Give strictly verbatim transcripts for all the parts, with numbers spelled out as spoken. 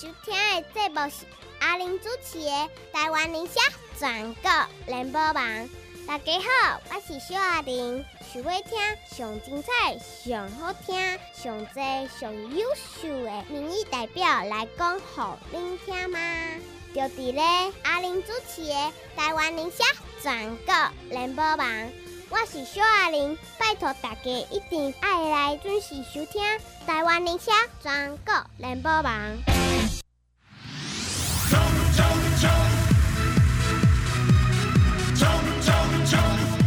收听的节目是阿玲主持的《台湾理社全国联播网》。大家好，我是小阿玲，想要听上精彩、上好听、上多、上优秀的民意代表来讲，给您听吗？就伫咧阿玲主持的《台湾理社全国联播网》。我是小阿玲，拜托大家一定要来准时收听台湾理社全国联播网。冲冲冲！冲冲冲！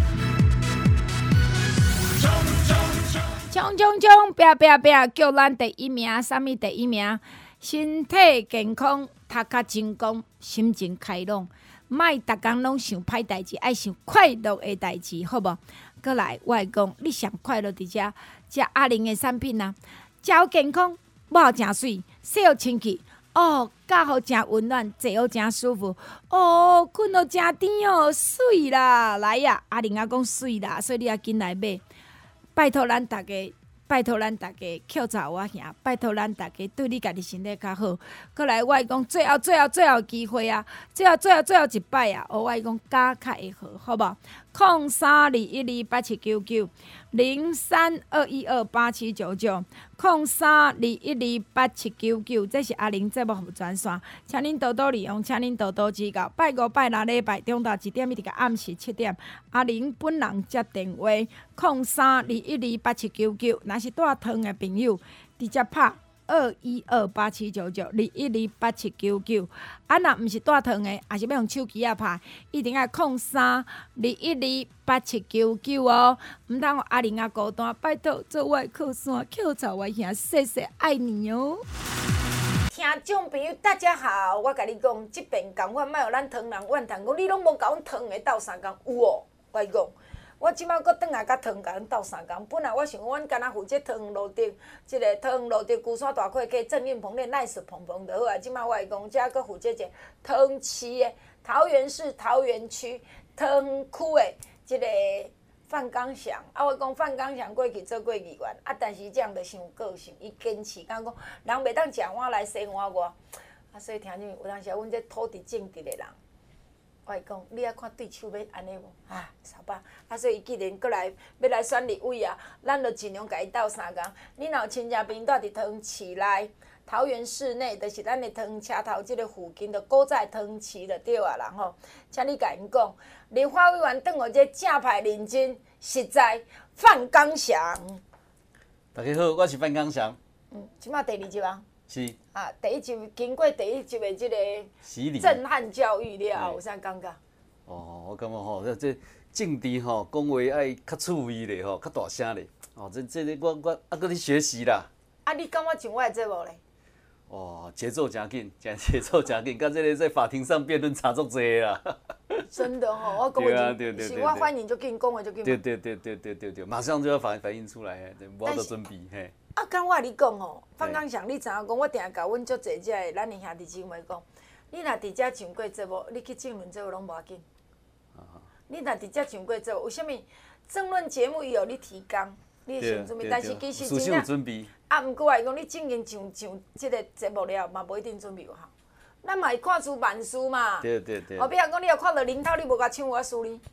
冲冲冲！冲冲冲！拼拼拼！叫咱第一名，啥物第一名？身体健康，读较成功，心情开朗。莫逐工拢想歹代志，爱想快乐的代志，好无？过来，我会讲，你上快乐伫遮，食阿玲的产品啊，食好健康，抹好诚水，洗好清气，哦，觉好诚温暖，坐好诚舒服，哦，困好诚甜哦，水啦，来呀，阿玲啊讲水啦，所以你也紧来买，拜托咱大家。拜托咱大家扣查我兄，拜托咱大家对你家己身体较好。过来，我会讲最后、最后、最后机会啊！最后、最后、最后一摆啊！我会讲加较会好，好无？空三二一二八七九九零三二一二八七九九空三二一二八七九九，这是阿玲节目服务专线，请恁多多利用，请恁多多指教。拜五、拜六礼拜中昼一点一直到暗时七点，阿玲本人接电话空三二一二八七九九，若是带糖的朋友，直接拍。二一二八七九九二一二八七九九，啊，若毋是带糖的，也是要用手机啊拍，一定要空三二一二八七九九哦。毋通阿玲啊孤单，拜托做我的靠山，扣查我兄，谢谢爱你哦。听众朋友，大家好，我甲你讲，即边共款，莫互咱糖人怨叹讲，你拢无甲阮糖的斗相共，有哦，我讲。我即摆搁转来甲糖甲阮斗相共，本来我想阮敢若负责糖路顶，即个糖路顶龟山大块溪正运棚咧耐食蓬蓬就好啊。即摆我会讲，遮搁负责一个糖市的桃园市桃园区糖区的即个范刚祥，啊，我讲范刚祥过去做过议员，啊，但是这样着伤有个性，伊坚持讲讲人袂当食碗来洗碗外，啊，所以听见有当时阮这土地政治的人。我会讲，你啊看对手要安尼无？啊，傻巴！啊，所以既然过来要来选立委啊，咱就尽量甲伊斗相共。你若有亲戚朋友住伫糖市内、桃园市内，就是咱的糖车头即个附近，就古早糖市就对啊啦吼。请你甲因讲，立法委员当我这正派、认真、实在范刚祥。 大家好，我是范刚祥。 嗯，即摆第二集啊。 是啊，第一集经过第一集的即个震撼教育了后，有啥感觉？ 哦，我感觉吼，这这政治吼讲话爱较趣味咧吼，较大声咧。哦，这这个我我啊，搁咧学习啦。 啊，你感觉像我的节目咧？ 哦，节奏真紧，真节奏真紧，甲这个在法庭上辩论差足济啦。 真的吼，我讲话是我反应就紧，讲话就紧。 对对对对对对对，马上就要反反映出来，无法度准备嘿。 啊，敢我甲你讲吼，范刚祥，你知影讲，我定甲阮足济只的咱的兄弟姊妹讲，你若伫遮上过节目，你去政论节目拢无要紧。你若伫遮上过节目，为什么政论节目伊有你提纲，你会先准备，但是其实真正啊，毋过来讲，你正经上上即个节目了，嘛无一定准备有效。咱嘛会看出万事嘛。 对对对。 后壁讲，你若看到林涛，你无甲唱我输哩。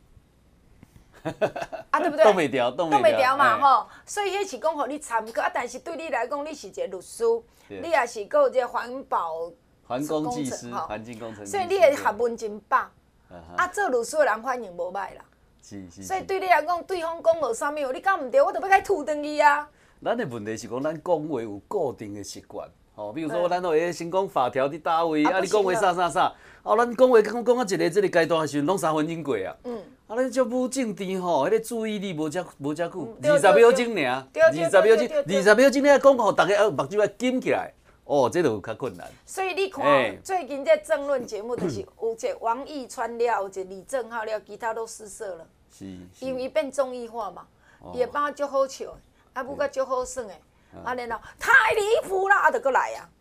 啊，对不对？ 动袂调，动袂调嘛吼，所以迄是讲互你参考啊。但是对你来讲，你是一个律师，你也是个这环保、 环工技师、环境工程师， 所以你的学问真饱。啊，做律师的人反应无歹啦。 是是。 所以对你来讲，对方讲无啥物，你讲毋对，我就要甲伊吐转去啊。 咱的问题是讲，咱讲话有固定的习惯。哦，比如说，咱会先讲法条伫倒位，啊，你讲话啥啥啥，哦，咱讲话讲讲到一个即个阶段的时阵，拢三分钟过啊。嗯。啊，咱足不正治吼，迄个注意力无遮无遮久，二十秒钟尔，二十秒钟，二十秒钟你讲，互大家啊目睭啊紧起来，哦，这就有较困难。 所以你看，最近这政论节目就是有一个王义川了，有一个李正浩了，其他都失色了。 是。 因为变综艺化嘛，伊的班足好笑的，啊，不过足好耍的。啊，然后太离谱啦，啊，就过来啊！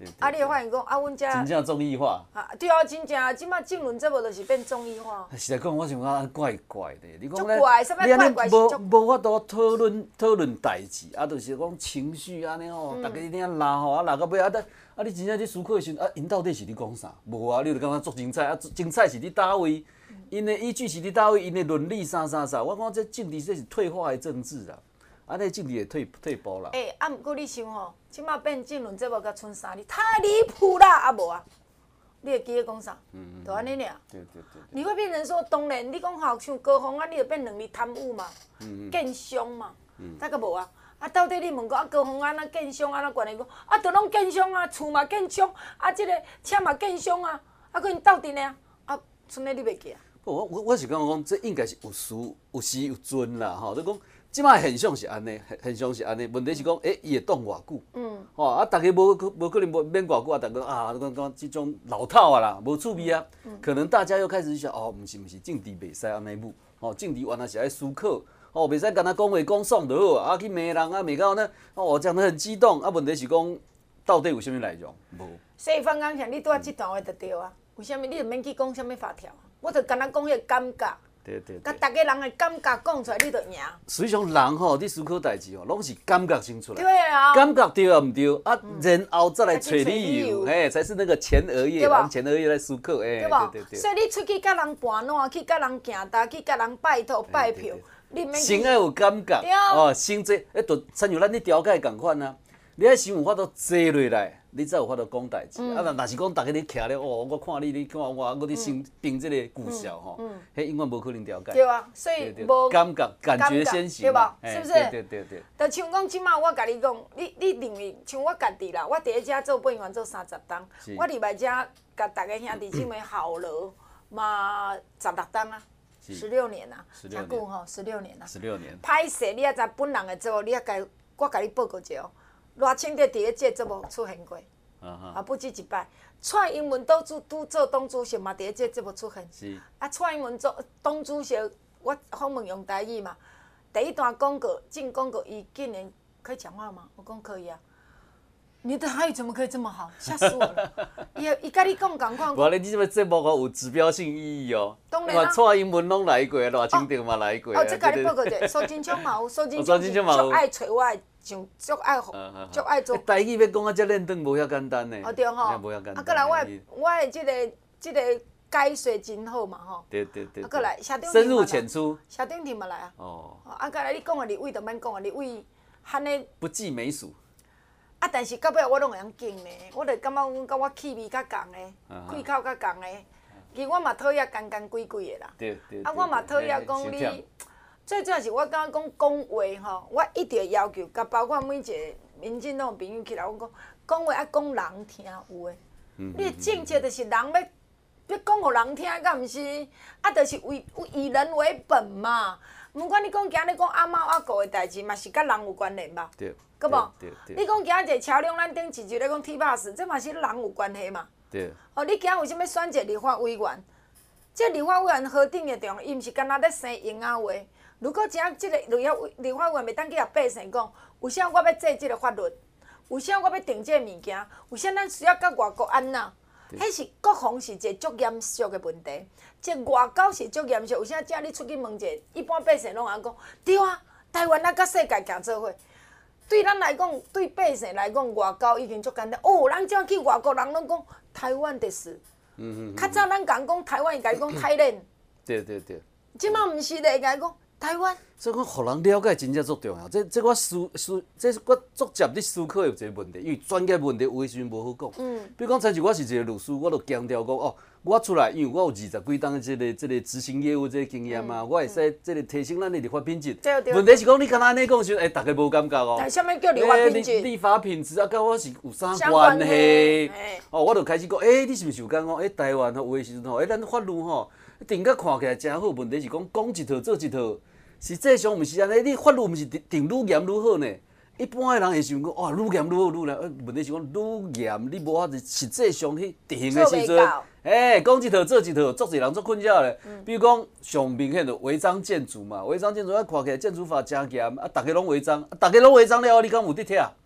啊，你会发现讲啊，阮遮真正综艺化。 啊，对啊，真正，即摆政论节目就是变综艺化。 实在讲，我想讲怪怪的。你讲咧，你安尼无无法度讨论讨论代志，啊，就是讲情绪安尼吼，大家一定拉吼，啊拉到尾啊，得啊，你真正去思考的时阵，啊，因到底是咧讲啥？无啊，你就感觉足精彩，啊，精彩是伫倒位？因的依据是伫倒位？因的伦理啥啥啥？我讲这政治这是退化的政治啊，啊，那政治会退退步啦。 诶、欸，啊，毋过你想吼，即摆变政论节目甲剩三年，太离谱啦！啊无啊，你会记咧讲啥？嗯，就安尼尔。 对对对。 你会变成说，当然你讲好像高峰啊，你就变能力贪污嘛， 嗯嗯， 建商嘛，再个无啊？啊，到底你问讲啊，高峰安那建商安那管的讲，啊，就拢建商啊，厝嘛建商，啊，即、這个车嘛建商啊，啊，佮因斗阵呢，啊，剩的你袂记啊？ 我我我是感觉讲，这应该是有时有时有准啦，吼，就讲即摆现象是安尼，现象是安尼。问题是讲，诶、欸，伊会挡偌久？嗯，吼啊，大家无无可能无免偌久啊，大家啊，讲讲即种老套啊啦，无趣味啊。嗯、可能大家又开始想，哦，毋是毋是，政治袂使安尼舞，吼，政治原来是爱思考，哦，袂使干那讲话讲爽就好，啊去骂人啊，骂到呢，哦，我讲得很激动，啊，问题是讲，到底有啥物内容？无。 所以方刚像你拄啊，即段话就对啊。为虾米你就免去讲啥物法条？我就干那讲迄个感觉。 对对。 甲大家人的感觉讲出来，你就赢。 实际上，人吼，你思考代志吼，拢是感觉先出来。 对啊。 感觉对啊，毋对啊，然后再来找理由，嘿，才是那个前额叶，咱前额叶来思考，哎，对对对。 所以你出去甲人盘烂，去甲人行搭，去甲人拜托拜票，你免。 先要有感觉，哦，先坐，哎，就亲像咱咧调解共款啊，你爱先有法度坐落来。你才有法度讲代志，嗯、啊！若是讲大家咧徛咧，哦，我看你，你看我，我咧先凭这个故事吼，迄、嗯嗯、永远无可能调解。 对啊，所以无感觉，感觉先行， 对吧？是不是？ 对对对对。 就像讲，即马我甲你讲，你你认为像我家己啦，我第一遮做本员做三十档，我入来遮甲大家兄弟姊妹好了嘛十六档啊，十六年啊，真久吼，十六年啊。 十六年。 歹势，你也知本人的做，你也该我甲你报告一下。偌清德伫咧这节目出现过，啊，啊不止一摆。蔡英文都做都做党主席嘛，伫咧这节目出现。 是。 啊，蔡英文做党主席，我访问用台语嘛。第一段广告进广告，伊竟然可以讲话吗？我讲可以啊。你的台语怎么可以这么好？吓死我了！伊伊甲你讲共款。 无咧，你这个节目哦有指标性意义哦。 当然啦。 蔡英文拢来过，赖清德嘛来过。 哦，这甲你报告者，苏金昌嘛有，苏金昌是足爱找我的。像足爱足爱做， 台语要讲啊，遮练转无遐简单呢。 哦对吼， 无遐简单。 啊，过来我我的即个即个解说真好嘛吼。 对对对。 啊，过来谢长廷深入浅出。 谢长廷嘛来啊。 哦。 啊，过来你讲的立委就免讲啊，立委汉尼。 不计美属。 啊，但是到尾我拢会晓敬呢，我就感觉阮甲我气味较共的，气口较共的，其实我嘛讨厌干干贵贵的啦。 对对。 啊，我嘛讨厌讲你。最主要是我感觉讲讲话吼，我一定会要求，甲包括每一个民进党朋友起来，我讲讲话爱讲人听有诶。嗯、你政策就是人要要讲互人听，敢毋是？啊，就是为以人为本嘛。毋管你讲今日讲阿猫阿狗诶代志，嘛是甲人有关联吧？ 对。 对无？你讲今日一个桥梁，咱顶一集咧讲 T 巴士，这嘛是人有关系嘛？ 对。 哦，你今日为什么选一个立法委员？这立法委员核定的重，伊毋是干那咧生闲仔话。如果真即个立法立法委员袂当去甲百姓讲，为啥我要制即个法律？为啥我要定即个物件？为啥咱需要甲外国安那？迄是国防是一个足严肃的问题，即外交是足严肃。为啥正你出去问者，一般百姓拢会讲，对啊，台湾啊甲世界行做伙。对咱来讲，对百姓来讲，外交已经足简单。哦，咱怎去外国人拢讲台湾的事。嗯嗯。较早咱讲讲台湾，伊甲伊讲台湾。 对对对。 即摆毋是咧，甲伊讲。台湾， 所以讲，互人了解真正足重要。这、这我思思，这我足接咧思考的一个问题，因为专业问题有诶时阵无好讲。嗯。比如讲，曾经我是一个律师，我就强调讲哦，我出来，因为我有二十几档的这个、这个执行业务这个经验嘛，嗯、我会使这个提升咱的立法品质。 对对。 问题是讲，你敢若安尼讲时，哎，大家无感觉哦。 但啥物叫立法品质？ 立法品质啊，甲我是有啥关系？哦，我就开始讲，哎，你是毋是有讲讲，哎，台湾吼有诶时阵吼，哎，咱法律吼定甲看起来真好，问题是讲讲一套做一套。实际上毋是安尼，你法律毋是定愈严愈好呢。一般诶人会想讲，哇，愈严愈好，愈严。问题是讲愈严，你无法子实际上去执行诶时阵，哎，讲一套做一套，足侪人足困扰咧。嗯、比如讲上明显就违章建筑嘛，违章建筑啊看起来建筑法真严，啊，大家拢违章，大家拢违章了后，你敢有得拆？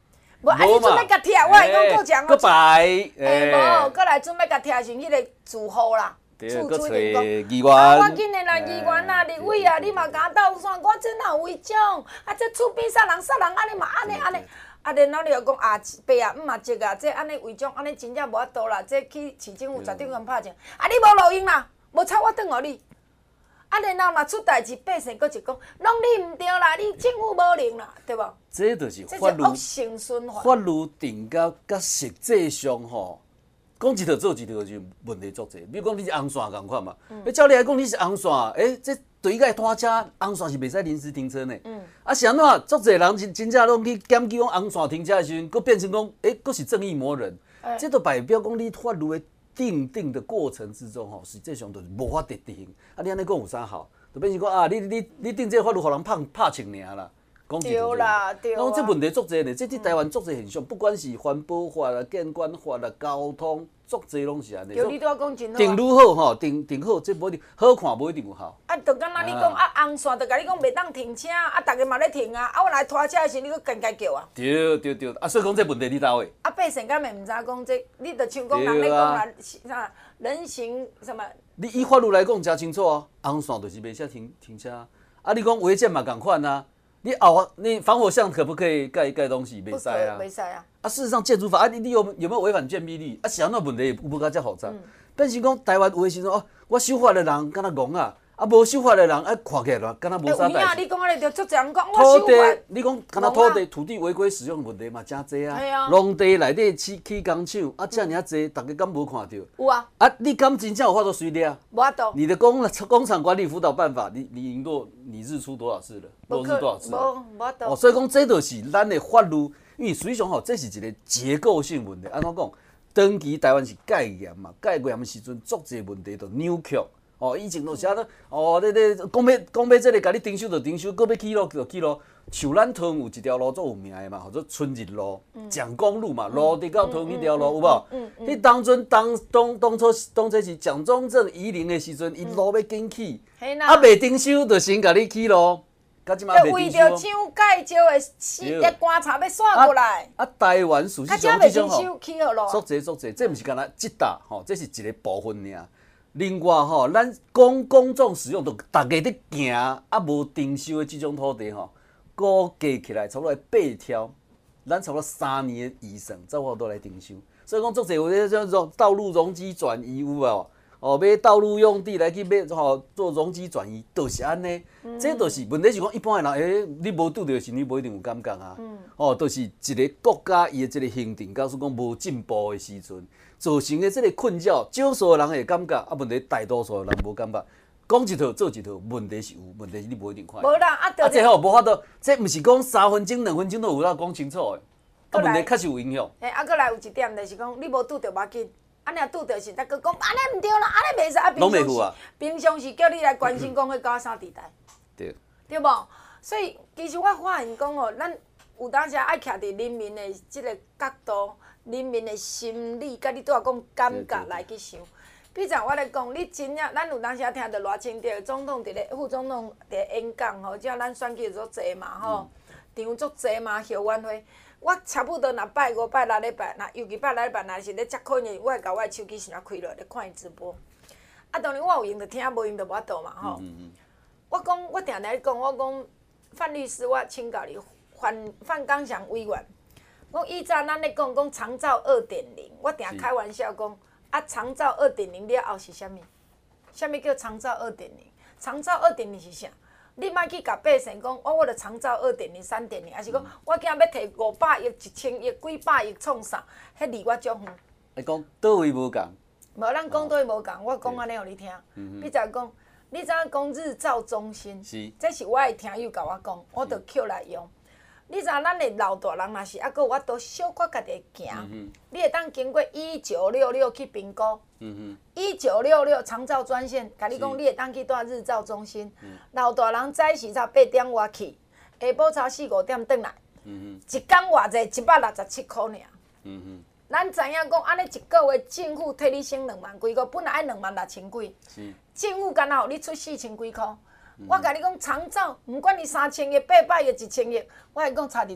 无啊，你准备甲拆，我来讲够强。 搁白， 诶，无，搁来准备甲拆是迄个住户啦。 对，搁找议员。 啊，我紧的啦，议员啊，立委啊，你嘛甲斗算，我这哪有违章？啊，这厝边杀人杀人，安尼嘛安尼安尼。啊，然后你又讲啊，爸啊、姆啊、叔啊，这安尼违章，安尼真正无法度啦。这去市政府十点钟拍证，啊，你无录音啦，无抄我转互你。啊，然后若出代志，百姓搁一讲，拢你毋对啦，你政府无能啦，对无？ 这就是法律恶性循环。 法律定甲甲实际上吼，讲一套做一套就问题足济。比如讲你是红线共款嘛，你照理来讲你是红线，诶，这对伊个拖车红线是袂使临时停车呢。嗯。啊，是安怎？足济人真真正拢去检举讲红线停车的时阵，佫变成讲，诶，佫是正义魔人。欸、这都代表讲你法律的定定的过程之中吼，实际上就是无法得执行。啊，你安尼讲有啥好？就变成讲啊，你你你定这个法律，互人拍拍穿尔啦。 对啦，对啦。 讲这问题足济呢，这伫台湾足济现象，不管是环保法啦、建管法啦、交通，足济拢是安尼。 对，你拄仔讲真好。 定愈好吼，定定好，这无一定好看，无一定有效。 啊，就敢若你讲啊，红线就甲你讲袂当停车，啊，逐个嘛咧停啊，啊，我来拖车的时，你佫跟家叫啊。 对对对，啊，所以讲这问题你倒位。 啊，百姓敢会毋知讲这，你着像讲人咧讲啦，啥人行什么？ 你以法律来讲真清楚啊，红线就是袂使停停车啊。啊，你讲违建嘛共款啊。你后你防火巷可不可以盖盖东西？袂使啊， 袂使啊。 啊，事实上建筑法啊，你你有有没有违反建蔽率？啊，是安怎问题有无甲遮复杂？变成讲台湾有诶时阵哦，我守法诶人敢若戆啊，啊无守法诶人啊看起来咯，敢若无啥代志。 有影你讲安尼着足侪人讲我守法。 土地，你讲敢若土地土地违规使用问题嘛真济啊。农地内底起起工厂啊，遮尔啊济，大家敢无看到？ 有啊。 啊，你敢真正有法度随掠？ 无法度。 你的工工厂管理辅导办法，你你赢过你日出多少次了？落日多少次？ 无无法度。 哦，所以讲这就是咱的法律，因为实际上吼，这是一个结构性问题。安怎讲？长期台湾是戒严嘛，戒严的时阵，足济问题就扭曲。哦，以前就是安尼，哦，你你讲要讲要这个，甲你征收就征收，搁要起路就起路。像咱桃园有一条路最有名的嘛，叫做春日路、蒋公路嘛，路直到桃园迄条路有无？迄当阵当当当初当初是蒋中正移陵的时阵，伊路要紧起，啊未征收就先甲你起路。 就为着抢介绍的四个棺材要刷过来， 啊，台湾事实上这种吼， 足济足济，这毋是干那一搭吼，这是一个部分尔。另外吼，咱公公众使用，就大家伫行啊，无征收的这种土地吼，估计起来差不多八条，咱差不多三年以上才有法度来征收。所以讲足济有咧叫做道路容积转移有无？哦，买道路用地来去买吼做容积转移，就是安尼。嗯、这就是问题是讲一般的人，诶、欸，你无拄到时，你无一定有感觉啊。嗯、哦，就是一个国家伊的这个行政，假使讲无进步的时阵，造成的这个困扰，少数的人会感觉，啊，问题大多数的人无感觉。讲一套做一套，问题是有，问题是你无一定看。 无啦，啊， 啊，这吼无法度，这毋是讲三分钟、两分钟都有法讲清楚的。啊，问题确实有影响。 诶，啊，搁来有一点就是讲，你无拄到要紧。啊，若拄着是，再佮讲安尼毋对啦，安尼袂使啊。平常时，平常时叫你来关心讲迄高山地带， 对， 对无？所以其实我发现讲哦，咱有当时爱徛伫人民的即个角度、人民的心理，甲你拄仔讲感觉来去想。比如我来讲，你真正咱有当时听着偌清调，总统伫咧、副总统伫咧演讲吼，即咱选举足济嘛吼，场足济嘛，校园会。我差不多若拜五拜六礼拜，若尤其拜六礼拜，若是咧接课呢，我会甲我的手机先开落咧看伊直播。啊，当然我有用就听，无用就无法度嘛吼。嗯嗯、我讲，我定定咧讲，我讲范律师，我请教你，范范刚祥委员，我以前咱咧讲讲长照二点零，我定开玩笑讲，啊长照二点零了后是啥物？啥物叫长照二点零？长照二点零是啥？你莫去甲百姓讲，我我着长照二点零、三点零，还是讲我囝要摕五百亿、一千亿、几百亿创啥？迄离我足远。 你讲倒位无共？ 无，咱讲倒位无共，我讲安尼互你听。你知讲，你知影讲日照中心？ 是。 这是我的听友甲我讲，我着捡来用。你知影咱的老大人若是还佫有法度小可家己行，你会当经过一九六六去评估。一九六六长照专线，甲你讲，你会当去住日照中心。老大人早时才八点外去，下晡才四五点转来。一工偌济？一百六十七块尔。咱知影讲，安尼一个月政府替你省两万几块，本来爱两万六千几，政府干那互你出四千几块。我甲你讲长照，毋管你三千亿、八百亿、一千亿，我甲你讲差伫倒，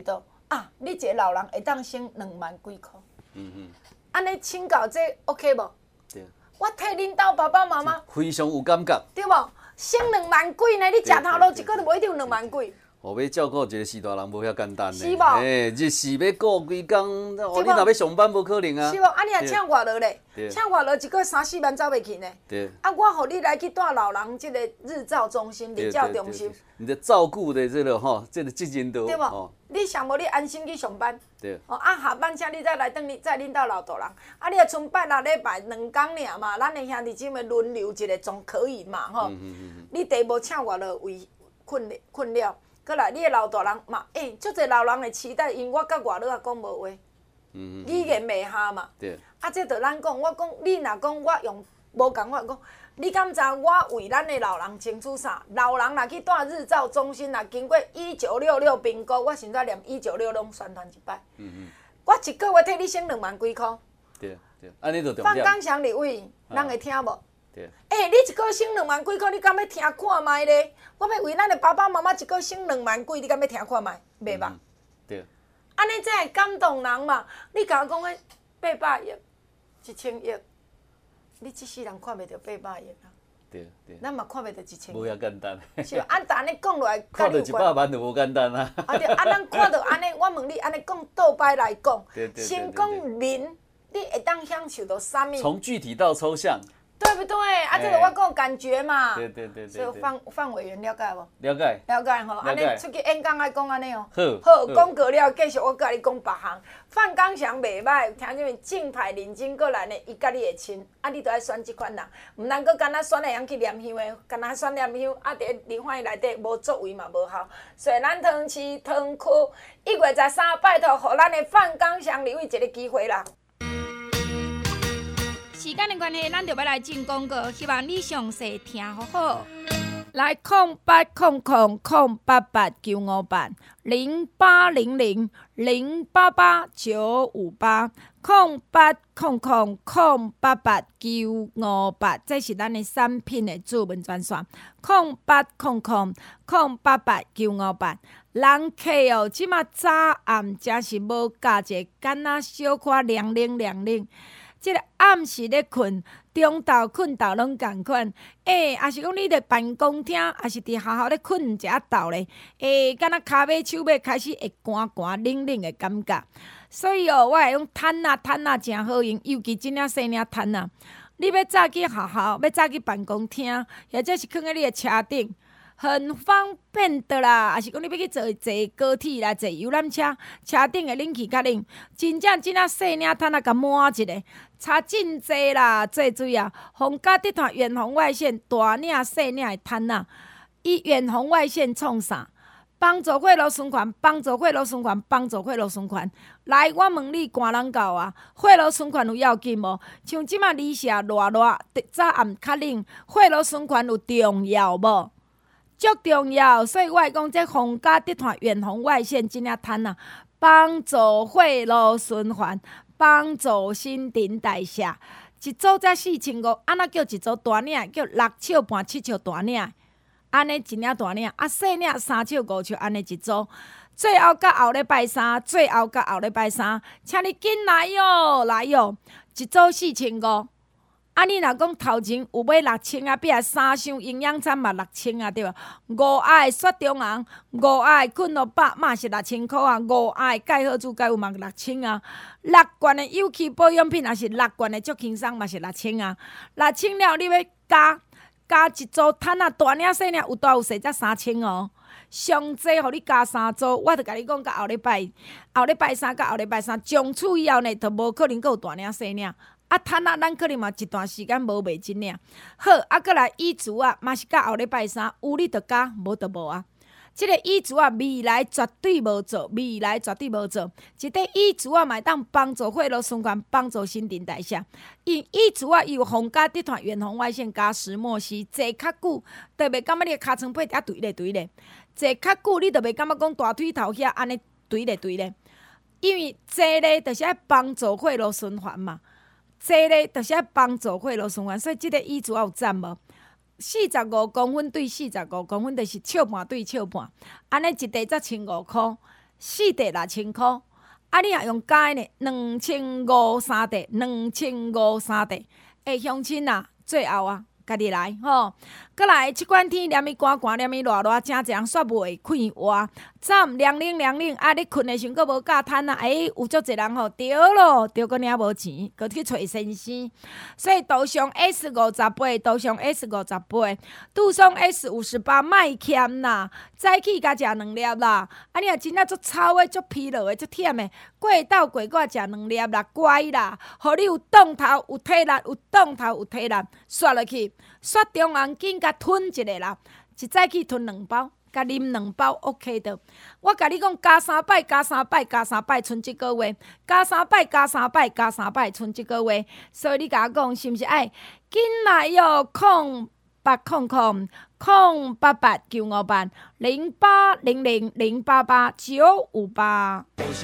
啊，你一个老人会当省两万几箍。 嗯嗯。 安尼请教这 OK 无？ 对。 我替恁兜爸爸妈妈非常有感觉， 对无？省两万几呢？你食头路一个就无一定有两万几。 哦，要照顾一个四大人无遐简单呢。 是无？ 诶，日时要过几工，哦，你若要上班无可能啊。 是无？啊，你若请偌落咧？请偌落一个三四万走袂去呢？ 对。 啊，我互你来去带老人即个日照中心、日照中心。 你的照顾的这个吼，这个责任度。 对无？你想无？你安心去上班。 对。 哦，啊，下班请你再来等你再领导老大人。啊，你若剩拜六礼拜两工尔嘛，咱的兄弟姊妹轮流一个总可以嘛，吼。嗯嗯嗯。你第无请偌落为困困了。过来，你的老大人嘛，诶，足侪老人会期待，因我甲外佬也讲无话，嗯、语言袂合嘛。对。啊，这着咱讲，我讲你若讲我用无共款讲，你敢知我为咱的老人争取啥？老人若去带日照中心，若经过一九六六评估，我现在连一九六拢宣传一摆。嗯嗯。我一个月替你省两万几箍。对对，安尼就重点。放刚祥立委，人会听无？对。诶、欸，你一个省两万几箍，你敢要听看卖咧？我要为咱的爸爸妈妈一个省两万几，你敢要听看卖？袂吧？嗯、对。安尼才会感动人嘛！你甲我讲个八百亿、一千亿，你一世人看袂到八百亿啊？对对。咱嘛看袂到一千亿。无遐简单。是，按安尼讲落来，看到一百万就无简单啊！啊对，啊咱看到安尼，我问你安尼讲倒摆来讲，先讲人，你会当享受到啥物？从具体到抽象。对不对？啊，这个我讲感觉嘛。对对对对。所以范范委员了解无？了解。了解吼，安尼出去演讲爱讲安尼哦。好。好，讲过了，继续我甲你讲别项。范刚祥袂歹，听见没？正派认真过来呢，伊甲你会亲，啊，你着爱选即款人，毋通搁干那选会晓去念香的，干那选念香，啊，伫立法院内底无作为嘛无效。所以咱塘市塘区一月十三，拜托，互咱的范刚祥立委一个机会啦。时间的关系，咱就要来进广告，希望你详细听好好。来，空八空空空八八九五八零八零零零八八九五八空八空空空八八九五八，这是咱的产品的主文专线。空八空空空八八九五八，人客哦，即马早暗真是无加一个，敢若小可凉冷凉冷。即个暗时咧困，中昼困昼拢共款。诶、欸，也是讲你伫办公厅，也是伫学校咧困一下昼咧，诶、欸，敢若骹尾手尾开始会寒寒冷冷的感觉。所以哦，我会用毯啊毯啊真好用，尤其即领细领毯啊。你要早去学校，要早去办公厅，或者是囥喺你的车顶。很方便的啦，也是讲你要去坐坐高铁啦，坐游览车，车顶的冷气较冷，真正真啊细领毯啊，甲满一个，差真济啦，做水啊！皇家集团远红外线大领细领的毯啊，伊远红外线创啥？帮助血流循环，帮助血流循环，帮助血流循环。来，我问你，寒人到啊，血流循环有要紧无？像即马日射热热，早暗较冷，血流循环有重要无？足重要，所以我会讲，这皇家集团远红外线真领毯啊，帮助血路循环，帮助新陈代谢。一组才四千五，安那叫一组大领？叫六尺半、七尺大领，安尼一领大领，啊细领三尺五尺，安尼一组。最后到后礼拜三，最后到后礼拜三，请你紧来哟，来哟，一组四千五。啊，你若讲头前有买六千啊，比啊三箱营养餐嘛六千啊，对吧？五爱雪中红，五爱困乐百嘛是六千块啊，五爱钙好珠钙有嘛六千啊，六罐的有机保养品也是六罐的足轻松嘛是六千啊，六千了你要加加一组毯啊，大领细领有大有细才三千哦。上济，互你加三组，我著甲你讲，到后礼拜后礼拜三到后礼拜三，从此以后呢，就无可能阁有大领细领。啊，毯啊，咱可能嘛一段时间无卖真领。好，啊，搁来衣橱啊，嘛是到后礼拜三，有你著加，无著无啊。即个衣橱啊，未来绝对无做，未来绝对无做。一块衣橱啊，嘛当帮助血路循环，帮助新陈代谢。因衣橱啊，有皇家集团远红外线加石墨烯，坐较久，特别感觉你的尻川背遐垂咧垂咧，坐较久你著袂感觉讲大腿头遐安尼垂咧垂咧，因为坐咧著是爱帮助血路循环嘛。坐咧，就是爱帮助血路循环，所以即个衣橱有赞无？四十五公分对四十五公分，就是尺半对尺半，安尼一块才千五箍。 四地六千箍，啊，你若用加的呢，两千五三地，两千五三地。诶，乡亲啊，最后啊，家己来吼。过来，即款天连伊寒寒，连伊热热，真一人煞袂快活。早暗凉冷凉冷，啊，你困的时阵佫无加趁啊，哎，有足侪人吼，着咯，着佫领无钱，佫去找先生。所以杜上 S 五十八，杜上 S 五十八，杜上 S 五十八，莫欠啦。早起甲食两粒啦，啊，你若真正足操的、足疲劳的、足忝的，过昼过寡食两粒啦，乖啦，互你有动头、有体力、有动头、有体力，刷落去，刷中红紧甲吞一个啦，一早起吞两包。甲啉两包 OK 的，我甲你讲加三摆，加三摆，加三摆，剩一个月；加三摆，加三摆，加三摆，剩一个月。所以你甲我讲是毋是爱紧来哟？空八空空空八八九五八零八零零零八八九五八。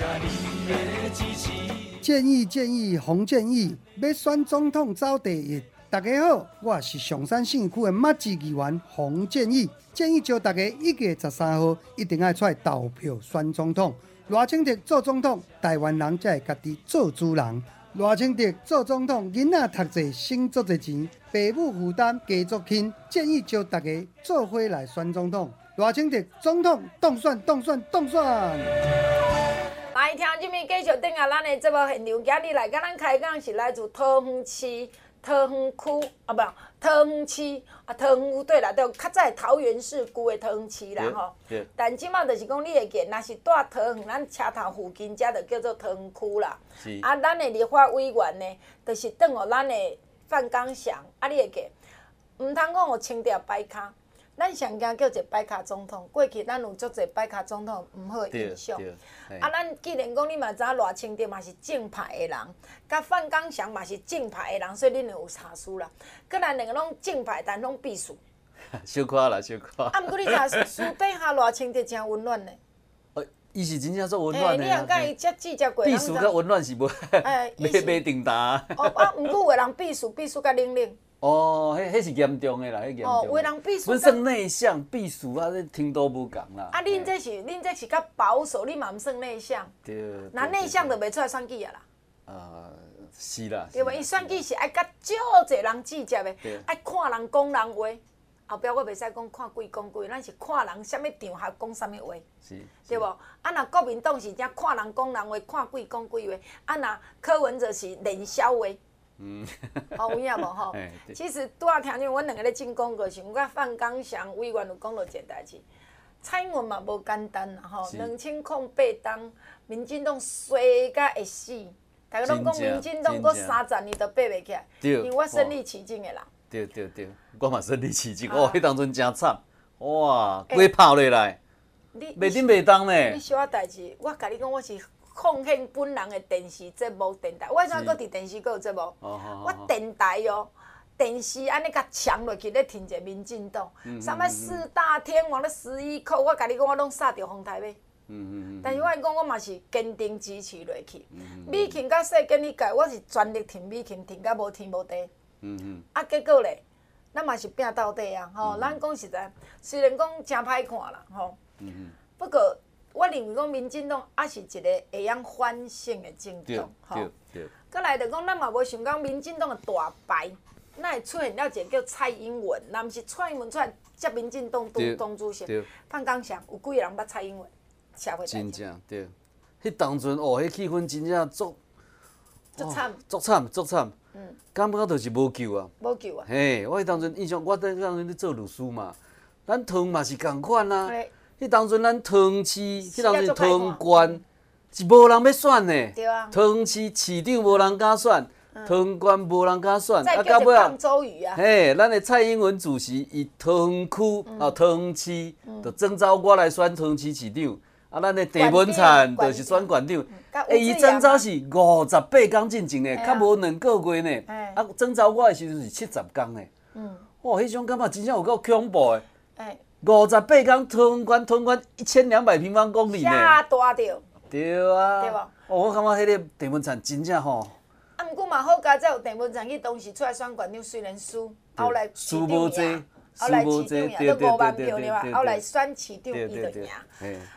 建议建议洪建议，要选总统走第一。大家好，我是上山信义区的马志议员洪建议，建议招大家一月十三号一定要出来投票选总统。偌清德做总统，台湾人才会家己做主人。偌清德做总统，囡仔读册省足侪钱，父母负担加足轻。建议招大家做伙来选总统。偌清德总统当选当选当选！ 来听这边继续等下咱的节目现场，今日来甲咱开讲是来自桃园市。桃园区啊，不，桃园市啊，桃园区对啦，就较早桃园市区的桃园市啦吼。但即马就是讲，你会记，若是住桃园，咱车头附近，遮就叫做桃园区啦。是。啊，咱的立法委员呢，就是等互咱的范刚祥，啊，你会记，毋通讲互清调摆卡。咱上惊叫一个摆卡总统，过去咱有足侪摆卡总统毋好的印象。啊，咱既然讲你嘛知影偌清德嘛是正派的人，甲范刚祥嘛是正派的人，所以恁就有查书啦。佮咱两个拢正派，但拢避暑。 小可啦，小可。啊， 毋过你查书底下偌清德真温暖呢。 哦，伊是真正足温暖的。 你若甲伊接触接过， 避暑甲温暖是无？哎，袂袂定答。 哦啊，毋过有人避暑，避暑甲冷冷。 哦，迄迄是严重的啦，迄严重。哦， 有人避暑。 阮算内向，避暑啊，这程度无共啦。 啊，恁这是恁这是较保守，你嘛毋算内向。对。那内向就袂出来选举啊啦。呃， 是啦。 对无？伊选举是爱甲足侪人直接的，爱看人讲人话。后壁我袂使讲看鬼讲鬼，咱是看人啥物场合讲啥物话。是。对无？啊，若国民党是只看人讲人话，看鬼讲鬼话。啊，若柯文哲是练消话。嗯，哦，有影无吼？其实拄仔听见阮两个咧进广告时，阮甲范刚祥委员有讲到一件代志，蔡英文嘛无简单啦吼，两千零八当民进党衰甲会死，大家拢讲民进党搁三十年都爬袂起来，因为我身历其境的人。 对对对，我嘛身历其境，哦，迄当阵真惨，哇，鬼拍落来，袂顶袂当呢。 你小仔代志，我甲你讲，我是。奉献本人的电视节目、电台，我怎搁伫电视搁有节目？我电台哦，电视安尼甲抢落去咧听者民进党，啥物四大天王咧十一扣，我甲你讲，我拢杀着风台尾。但是我讲，我嘛是坚定支持落去。美琴甲世间迄届，我是全力挺美琴，挺甲无天无地。啊，结果咧，咱嘛是拼到底啊！吼，咱讲实在，虽然讲真歹看啦，吼，不过。我认为讲民进党也是一个会晓反省的政党，吼。再来就讲，咱嘛无想讲民进党的大败，哪会出现了一个叫蔡英文？若毋是蔡英文出来接民进党当党主席，范刚祥有几个人捌蔡英文？社会真正对，迄当阵哦，迄气氛真正足足惨， 足惨，足惨。嗯，感觉就是无救啊。 无救啊！ 嘿，我迄当阵印象，我伫当阵咧做律师嘛，咱汤嘛是共款啊。迄当阵咱桃园市，迄当阵桃园县是无人要选的，桃园市市长无人敢选，桃园县无人敢选， 啊到尾啊， 嘿，咱的蔡英文主席以桃园区啊桃园市，就征召我来选桃园市市长，啊，咱的郑文灿就是选县长，诶，伊征召是五十八天进前呢，较无两个月呢，啊，征召我的时阵是七十天呢，哇，迄种感觉真正有够恐怖的。五十八天，桃园县，桃园县一千两百平方公里呢。 遐大着。 对啊。对无？哦，我感觉迄个郑文灿真正吼。 啊，毋过嘛好佳，才有郑文灿去当时出来选县长，虽然输，后来市长赢，后来市长赢，都五万票了嘛，后来选市长伊就赢。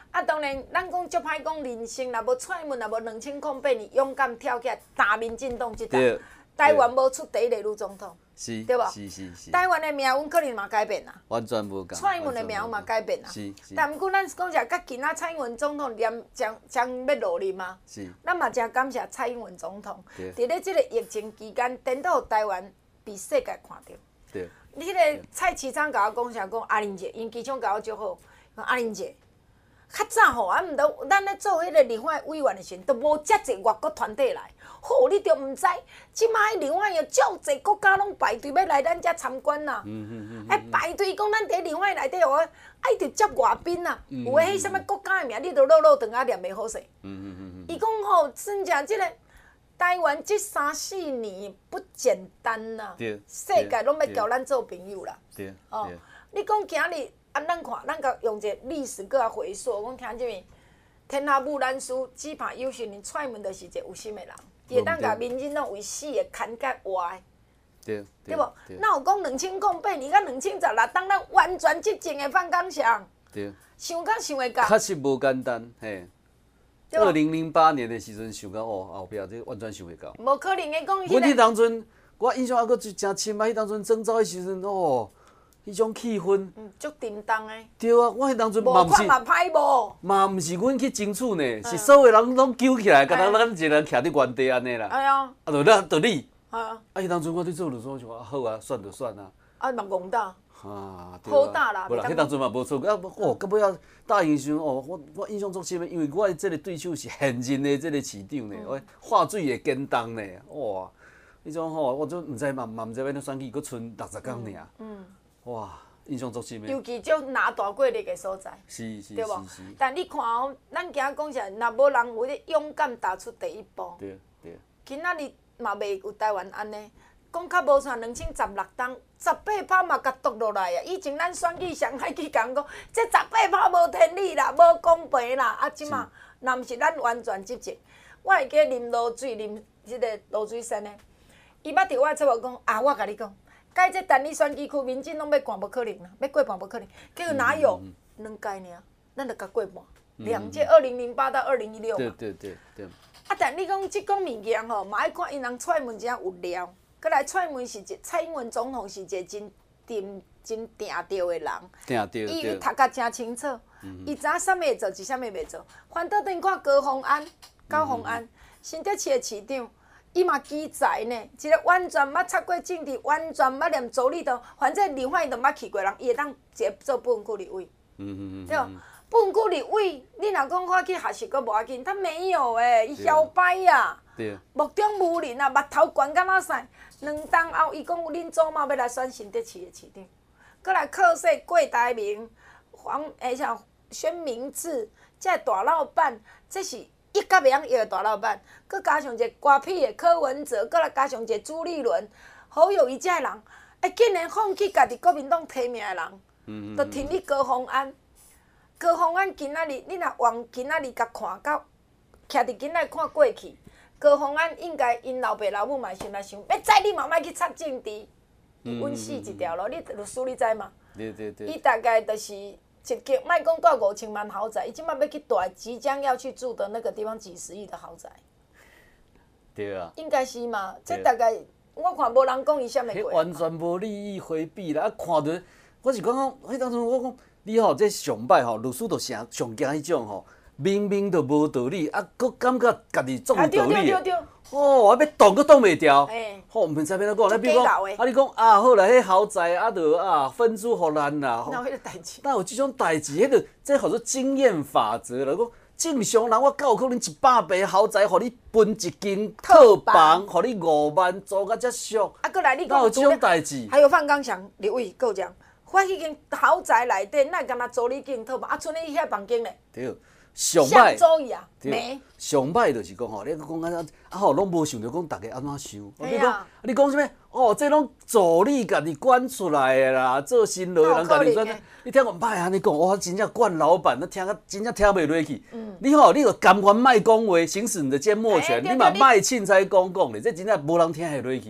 啊，当然，咱讲足歹讲人生，若无蔡英文，若无两千零八年勇敢跳起来打民进党即阵，台湾无出第一个女总统， 是， 对无？ 是是是。 台湾的命运可能嘛改变啦， 完全无共。 蔡英文的命运嘛改变啦， 是是。 但毋过咱讲者，甲今仔蔡英文总统连将将要落任嘛， 是。 咱嘛真感谢蔡英文总统， 伫咧即个疫情期间，颠倒台湾被世界看到。 对。 迄个蔡市长甲我讲啥？讲阿玲姐，因机场甲我祝好，讲阿玲姐。较早吼，啊，毋得，咱咧做迄个立法委员的时阵，都无遮济外国团体来。吼，你着毋知，即摆立法有足济国家拢排队要来咱遮参观呐。嗯嗯嗯。哎，排队讲咱伫立法内底哦，爱着接外宾呐。有诶，迄什物国家的名，你着落落长啊念袂好势。嗯嗯嗯嗯。伊讲吼，真正即个台湾即三四年不简单呐。对。世界拢要交咱做朋友啦。对。哦，你讲今日。啊，咱看，咱甲用一个历史搁来回溯，讲听即面天下武难书，只怕有心人，蔡英文就是一个有心的人，伊会当甲民进党为死的砍甲活的，对对无？哪有讲两千零八年到两千十六，当咱完全执政的范刚上，对，想敢想会到？ 确实无简单，嘿。二零零八年的时阵想到哦，后壁这完全想袂到。 无可能的讲。 阮迄当阵，我印象还阁真深啊！迄当阵征召的时阵哦。迄种气氛， 嗯，足沉重的。 对啊，我迄当阵嘛毋是，嘛歹无， 嘛毋是阮去争取呢，是所有人拢揪起来，甲咱咱一个人徛伫原地安尼啦。哎呀，啊，就咱就你。哎呀，啊，迄当阵我伫做就说就好啊，算就算啊。 啊，嘛戆打。 啊， 好打啦。 无啦，迄当阵嘛无错，啊，哦，到尾啊，答应时哦，我我印象足深的，因为我即个对手是现任的即个市长呢，我话水会简单呢，哇，迄种吼，我就毋知嘛嘛毋知要怎选举，佫剩六十工尔。嗯。哇，印象足深的。 尤其种拿大过力的所在， 是是对无？ 是。 但你看哦，咱今仔讲起来，若无人有咧勇敢踏出第一步， 对对。 今仔日嘛袂有台湾安尼，讲较无算两千十六档，十八趴嘛甲夺落来啊！以前咱选举上海去讲讲，这十八趴无天理啦，无公平啦，啊，即马若毋是咱完全执政，我会记啉露水，啉即个露水山的，伊捌伫我节目讲啊，我甲你讲。改这单你选举区，民进拢要关无可能啦，要过半无可能。结果哪有两届尔，咱就甲过半。两届二零零八到二零一六嘛。 对对对对。 啊，但你讲即种物件吼，嘛爱看因人蔡英文真有料。搁来蔡英文是一蔡英文总统是一个真定真定着的人。 定着。 伊读甲真清楚，伊知影啥物会做，是啥物袂做。反倒等看高虹安、高虹安，新竹市的市长。伊嘛奇才呢，一个完全捌插过政治，完全捌念走理的，反正立法院都捌去过人，伊会当直接做不分区立委。嗯嗯嗯。对吧？不分区立委，你若讲我去学习阁无要紧，他没有诶，伊摇摆呀。对。目中无人啊，目头悬甲哪啥？两冬后，伊讲恁祖妈要来选新竹市的市长，阁来考试郭台铭、黄诶像宣明志，这大老板，这是。一甲袂晓摇的大老板，佮加上一个瓜皮的柯文哲，佮来加上一个朱立伦，好友谊这人，哎，竟然放弃家己国民党提名的人，嗯，就听你高虹安。高虹安今仔日，你若往今仔日甲看到，徛伫今仔日看过去，高虹安应该因老爸老母嘛想来想，要知你嘛莫去插政治，稳死一条路，你律师你知嘛？对对对。伊大概就是。一个卖讲住五千万豪宅，伊即摆要去住，即将要去住的那个地方几十亿的豪宅。 对啊。应该是嘛？这大概我看无人讲伊啥物过。 完全无利益回避啦！啊，看着我是讲讲，迄当阵我讲，你吼这上歹吼，律师就上上惊迄种吼，明明就无道理，啊，佫感觉家己总有道理。哦，我要挡佫挡袂掉。好，毋知要怎讲。你比如讲，啊，你讲啊，好啦，迄豪宅啊，就啊分租互咱啦。 哪有迄个代志？ 哪有即种代志？迄个这叫做经验法则啦。讲正常人，我敢有可能一百倍豪宅，互你分一间套房，互你五万租甲遮俗。 啊，过来你讲。 哪有即种代志？ 还有范刚强、立委够讲，我迄间豪宅内底，哪会干那租你间套房？啊，剩你遐房间咧。 对。上歹， 对， 上歹就是讲吼，你讲安怎啊吼，拢无想着讲大家安怎想。你讲，你讲啥物？哦，这拢助理家己管出来的啦，做新楼人家己管。你听我歹安尼讲，我真正惯老板，那听个真正听袂落去。你吼，你著甘愿卖讲话，行使你的缄默权，你嘛卖凊彩讲讲咧，这真正无人听会落去。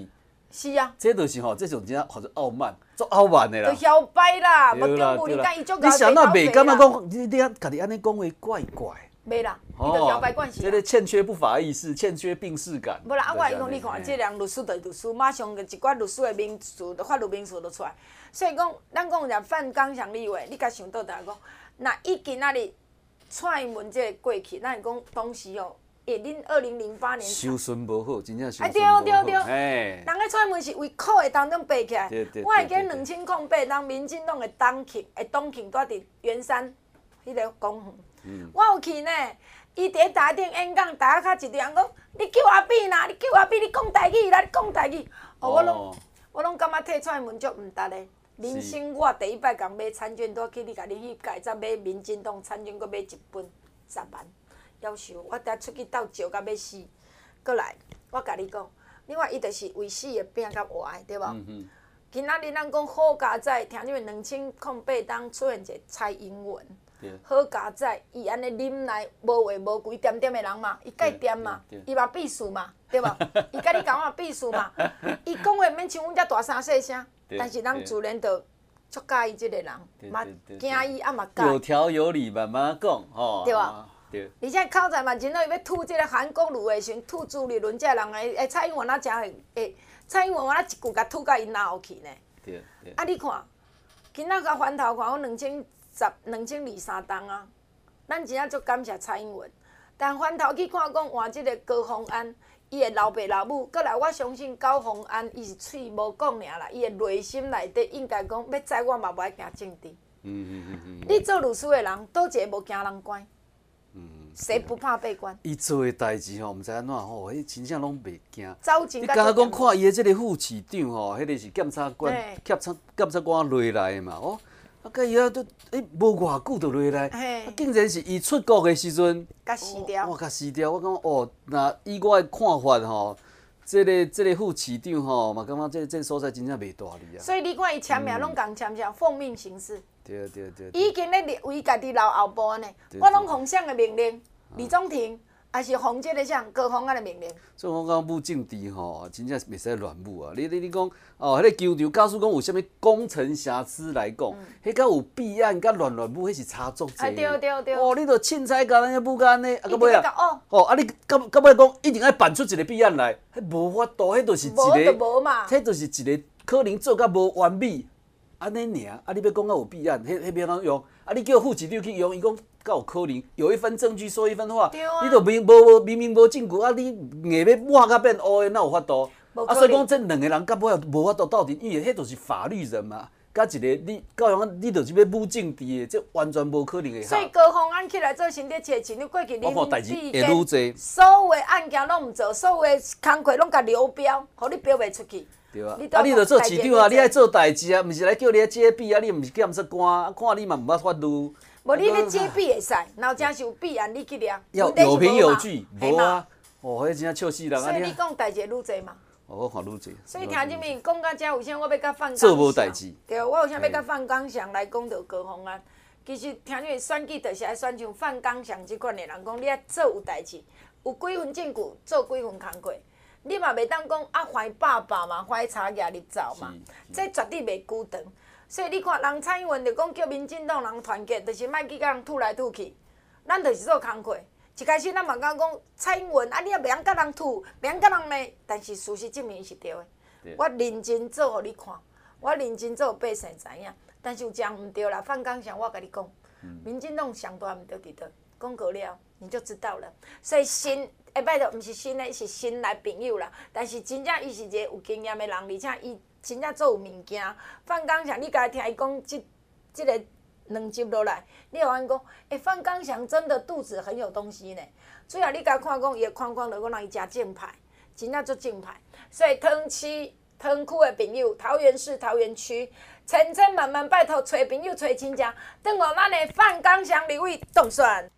是啊， 这就是吼，这种真好做傲慢，做傲慢的啦。 就摇摆啦，无对啦中无对啦你讲伊足你想那袂感觉讲？ 讲，你你啊，家己安尼讲话怪怪。 袂啦，伊就摇摆惯势。 这个欠缺不法意识，欠缺病视感。 无啦，啊，我伊讲你看，即人律师就是律师，马上一寡律师的名词、法律名词就出来。所以讲，咱讲一范刚强立委，你甲想倒来讲，那伊今仔日蔡英文这个过去，咱会讲当时哦，诶，恁二零零八年收顺无好，真正收啊， 顺无好。 对对对， 哎， 人个蔡英文是为苦的当中爬起来。 对对对我会记两千零八当民进党的党庆，诶，党庆住伫圆山迄个公园。 嗯我有去呢，伊伫咧台顶演讲，大家较一堆人讲，你叫阿扁啦，你叫阿扁，你讲台语啦，你讲台语。哦，我拢我拢感觉替蔡英文足毋值的。人生我第一摆共买餐券，倒去你甲你去改再买民进党餐券，搁买一本十万，夭寿！我才出去斗招甲要死，搁来，我甲你讲，你看伊就是为死的拼甲活的，对无？ 嗯嗯今仔日咱讲好佳仔，听你们两千零八当出现一个蔡英文。好佳仔，伊安尼啉来无话无规点点的人嘛，伊介点嘛，伊嘛避暑嘛，对无？伊甲你讲我避暑嘛，伊讲话免像阮遮大声细声，但是咱自然就足介意即个人，嘛惊伊啊嘛介。 有条有理，慢慢讲，吼。 对吧？ 对。 而且口才嘛真好，伊要吐即个韩国瑜的时阵，吐朱立伦遮人诶，诶蔡英文啊真会，诶蔡英文我啊一句甲吐到因脑后去呢。 对对。 啊，你看，今仔甲翻头看，我两千十、两千二三档啊，咱真正足感谢蔡英文。但翻头去看讲换即个高虹安，伊的老爸老母，过来我相信高虹安伊是喙无讲尔啦，伊的内心内底应该讲要知我嘛无爱行政治。 嗯嗯嗯嗯。 你做律师的人，倒一个无惊人关？嗯。谁不怕被关？ 伊做的代志吼，毋知安怎吼，迄真正拢袂惊。 走前。 你刚刚讲看伊的即个副市长吼，迄个是检察官、检察检察官落来的嘛，哦。啊，甲伊啊，都诶无偌久就落来，啊，竟然是伊出国的时阵， 甲死掉。 我甲死掉，我讲哦，那以我的看法吼，即个即个副市长吼，嘛感觉这这所在真正袂大理啊。 所以你看伊签名拢共签啥奉命行事。 对对对。 已经咧为家己留后步呢，我拢奉啥的命令，李宗廷。还是奉即个啥高虹安的命令。 所以我讲武政治吼，真正袂使乱武啊！你你你讲哦，迄个球场，假使讲有啥物工程瑕疵来讲，迄甲有弊案甲乱乱武，迄是差足济。 啊对对对。 哦，你着凊彩甲咱遐武甲安尼，啊到尾啊， 哦， 哦啊你到到尾讲一定爱办出一个弊案来，迄无法度，迄着是一个， 无就无嘛， 迄着是一个可能做甲无完美，安尼尔，啊你要讲啊有弊案，迄迄要怎用？啊你叫副市长去用，伊讲。敢有可能有一分证据说一分话，啊、你著明无明明无证据啊！你硬要抹甲变乌的，哪有法度？啊，所以讲这两个人到尾无法度斗阵，因为迄就是法律人嘛。甲一个你教养，你就是要武政治的，这完全无可能的。 所以高虹安起来做新的市长，你过去你你会愈济， 所有的案件拢毋做，所有的工课拢甲流标，互你标袂出去。 对啊，啊，你著做市长啊，你爱做代志啊，毋是来叫你揭弊啊，你毋是检察官，看你嘛毋捌法律。 无你要揭弊会使，然后真是有弊案你去抓。 要有凭有据，无啊，哦，迄真正笑死人啊！ 所以你讲代志愈济嘛。 哦，我看愈济。 所以听入面讲到遮，有啥我要甲范刚做无代志。 对，我有啥要甲范刚祥来讲到高虹安。其实听入面选举就是爱选像范刚祥即款的人，讲你爱做有代志，有几分证据做几分工课。你嘛袂当讲啊怀爸爸嘛，怀茶叶入灶嘛，这绝对袂久长。所以你看，人蔡英文就讲叫民进党人团结，就是莫去甲人吐来吐去。咱就是做工课。一开始咱嘛讲讲蔡英文，啊你也袂晓甲人吐，袂晓甲人骂，但是事实证明是对的。我认真做互你看，我认真做百姓知影。但是有一项毋对啦，范刚祥我甲你讲，民进党上大毋对伫倒，讲过了你就知道了。所以新下摆就毋是新的，是新来朋友啦。但是真正伊是一个有经验的人，而且伊。真正做有物件，范刚祥，你家听伊讲即即个两集落来，你有安讲，诶、欸，范刚祥真的肚子很有东西呢。最后你家看讲伊的框框，就讲让伊食正派，真正足正派。所以汤市、汤区的朋友，桃园市、桃园区，千千万万拜托找朋友、找亲戚，等我咱的范刚祥立委当选。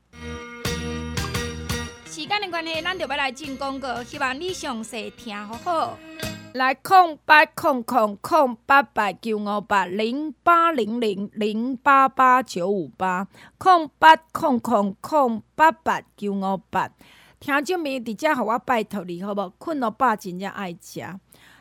时间的关系，咱就要来进广告，希望你详细听好好。 来空八空空空八八九五八零八零零零八八九五八空八空空空八八九五八，听众朋友伫遮，互我拜托你好无？困了饱真正爱食，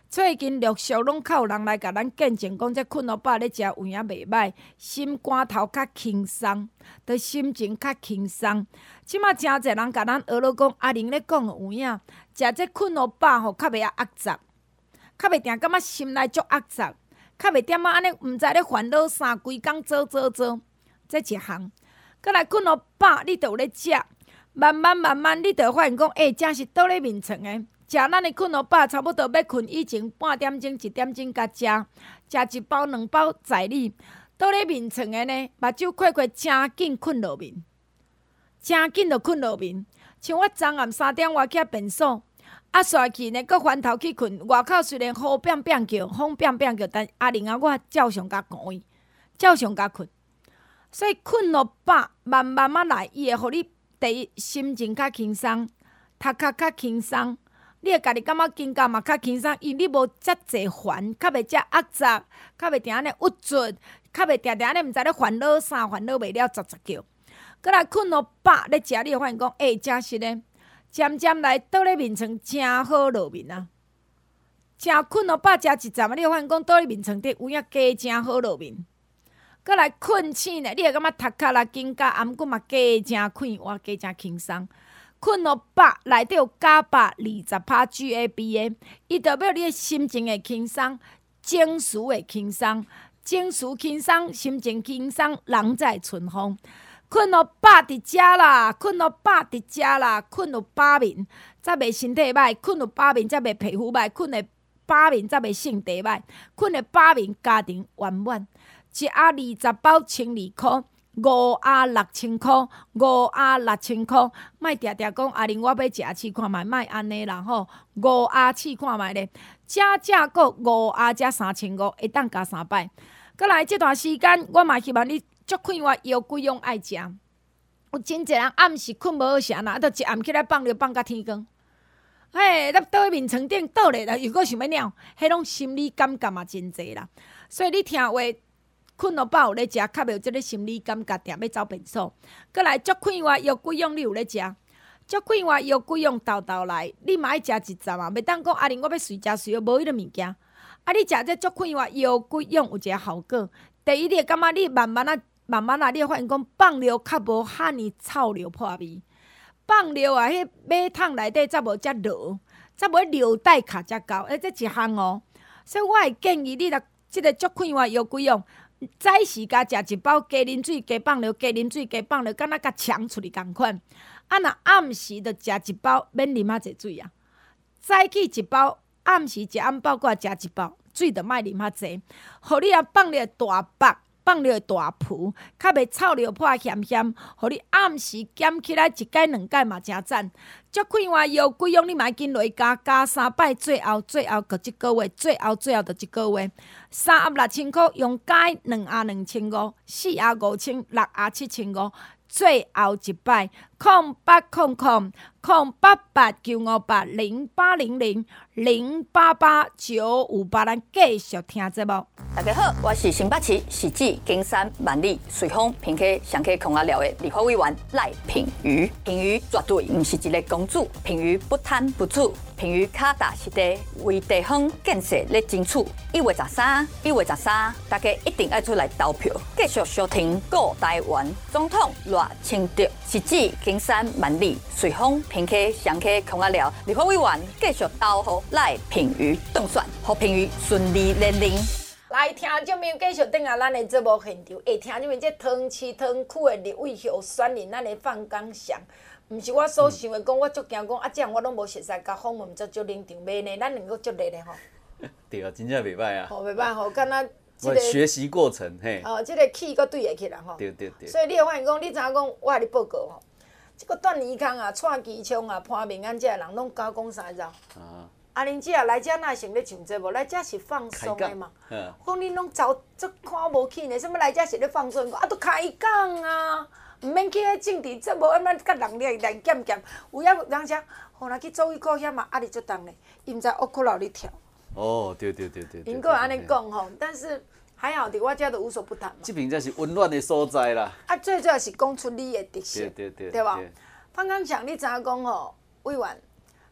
最近陆续拢较有人来甲咱见证，讲这困老爸咧食有影袂歹，心肝头较轻松，对心情较轻松。即马真侪人甲咱学了讲，阿玲咧讲有影，食这困老爸吼较袂啊压杂，较袂定感觉心内足压杂，较袂点啊安尼毋知咧烦恼啥，规工做做做，这一项。搁来困老爸，你著有咧食，慢慢慢慢，你著发现讲，诶、欸，真是倒咧眠床诶。食咱的困老饱，差不多要困以前半点钟、一点钟甲食，食一包两包在里，倒咧眠床的呢，目睭快快真紧困落眠，真紧就困落眠。像我昨暗三点外起便所，啊煞去呢，搁翻头去困。外口虽然雨扁扁叫，风扁扁叫，但阿玲啊，我照常甲讲伊，照常甲困。所以困落饱，慢慢慢来，伊会互你第一心情较轻松，头壳较轻松。你会家己感觉更加嘛较轻松，因为你无遮济烦，较袂遮压杂，较袂定安尼郁卒，较袂定定安尼毋知咧烦恼啥，烦恼袂了杂杂叫。搁来困落饱咧食，你会发现讲，哎、欸，真实咧，渐渐来倒咧眠床真好落眠啊。食困落饱食一站，你会发现讲倒咧眠床顶有影加真好落眠。搁来困醒咧，你会感觉头壳啦紧甲，颔骨嘛加真快活，加真轻松。困落饱内底有加百二十趴 G A B A， 伊代表你的心情会轻松，情绪会轻松，情绪轻松，心情轻松，人才会顺风。困落饱伫遮啦，困落饱伫遮啦，困有饱眠才袂身体歹，困有饱眠才袂皮肤歹，困的饱眠才袂性地歹，困的饱眠家庭圆满。一盒二十包千二箍。五盒六千箍，五盒六千箍，莫定定讲阿玲，我要食试看觅，莫安尼啦吼。五盒试看觅咧，正正个五盒才三千五，会当加三摆。搁来这段时间，我嘛希望你足快活，药几样爱食。有真侪人暗时困无好啥啦，啊，着一暗起来放尿放到天光。嘿，咱倒去眠床顶倒咧啦，又搁想要尿，迄种心理感觉嘛真侪啦。所以你听话。困落饱有咧食，较袂有即个心理感觉，定要走便所。搁来足快活药几样你有咧食，足快活药几样豆豆来，你嘛爱食一站啊！袂当讲阿玲我要随食随药，无迄个物件。啊，你食这足快活药几样有一个效果。第一，你会感觉你慢慢啊、慢慢啊，你会发现讲放尿较无遐尼臭尿破味。放尿啊，迄马桶内底才无遮落，才无尿袋卡遮高。诶，这一项哦，所以我会建议你来即个足快活药几样。早时加食一包，加啉水，加放尿，加啉水，加放尿，敢若甲呛出去共款。啊，若暗时着食一包，免啉遐济水啊。早起一包，暗时食暗包，搁食一包，水着莫啉遐济，互你啊放尿大腹，放尿大脯，较袂臭尿破咸咸，互你暗时减起来一摆两摆嘛真赞。足快活药几样，你莫紧落加加三摆，最后最后个一个月，最后最后着一个月。三盒六千箍，用解两盒两千五，四盒五千，六盒七千五，最后一摆，空八空空空八八九五八零八零零零八八九五八，咱继续听节目。 大家好，我是新北市市长金山万里随风平溪上溪孔阿寮的立法委员赖品妤。品妤绝对不是一个公主，品妤不贪不醋，品妤脚踏实地为地方建设咧争取。一月十三，一月十三，大家一定要出来投票，继续收听顾台湾总统赖清德。市长金山万里随风平溪上溪孔阿寮立法委员继续投予赖品妤当选，予品妤顺利连任。 来，听众朋友继续等下咱的节目现场。会听众朋友，这汤市汤区的立委候选人，咱的放讲上，毋是我所想的讲，我足惊讲啊，这样我拢无熟悉，甲访问足足冷场袂呢，咱两个足热的吼。 对啊，真正袂歹啊。 吼，袂歹吼，敢若这个学习过程嘿。 哦，这个气佫对会起来吼。 对对对。 所以你会发现讲，你知影讲，我甲你报告吼，这个段宜康啊、蔡其昌啊、潘明安这个人，拢搞讲啥知？啊。阿玲姐啊，来遮哪先咧上节目？来遮是放松的嘛。讲恁拢走足看无起呢，什么来遮是咧放松？啊，都开讲啊，毋免去迄政治节目，安尼甲人咧来检检。有影人讲，吼，若去做医保险嘛，压力足重咧，伊毋知乌窟佬咧跳。 哦，对对对对。 因个安尼讲吼，但是还好伫我遮都无所不谈嘛。 这边才是温暖的所在啦。 啊，最主要是讲出你的特色， 对对对， 对吧？放讲讲，你知影讲吼，委员。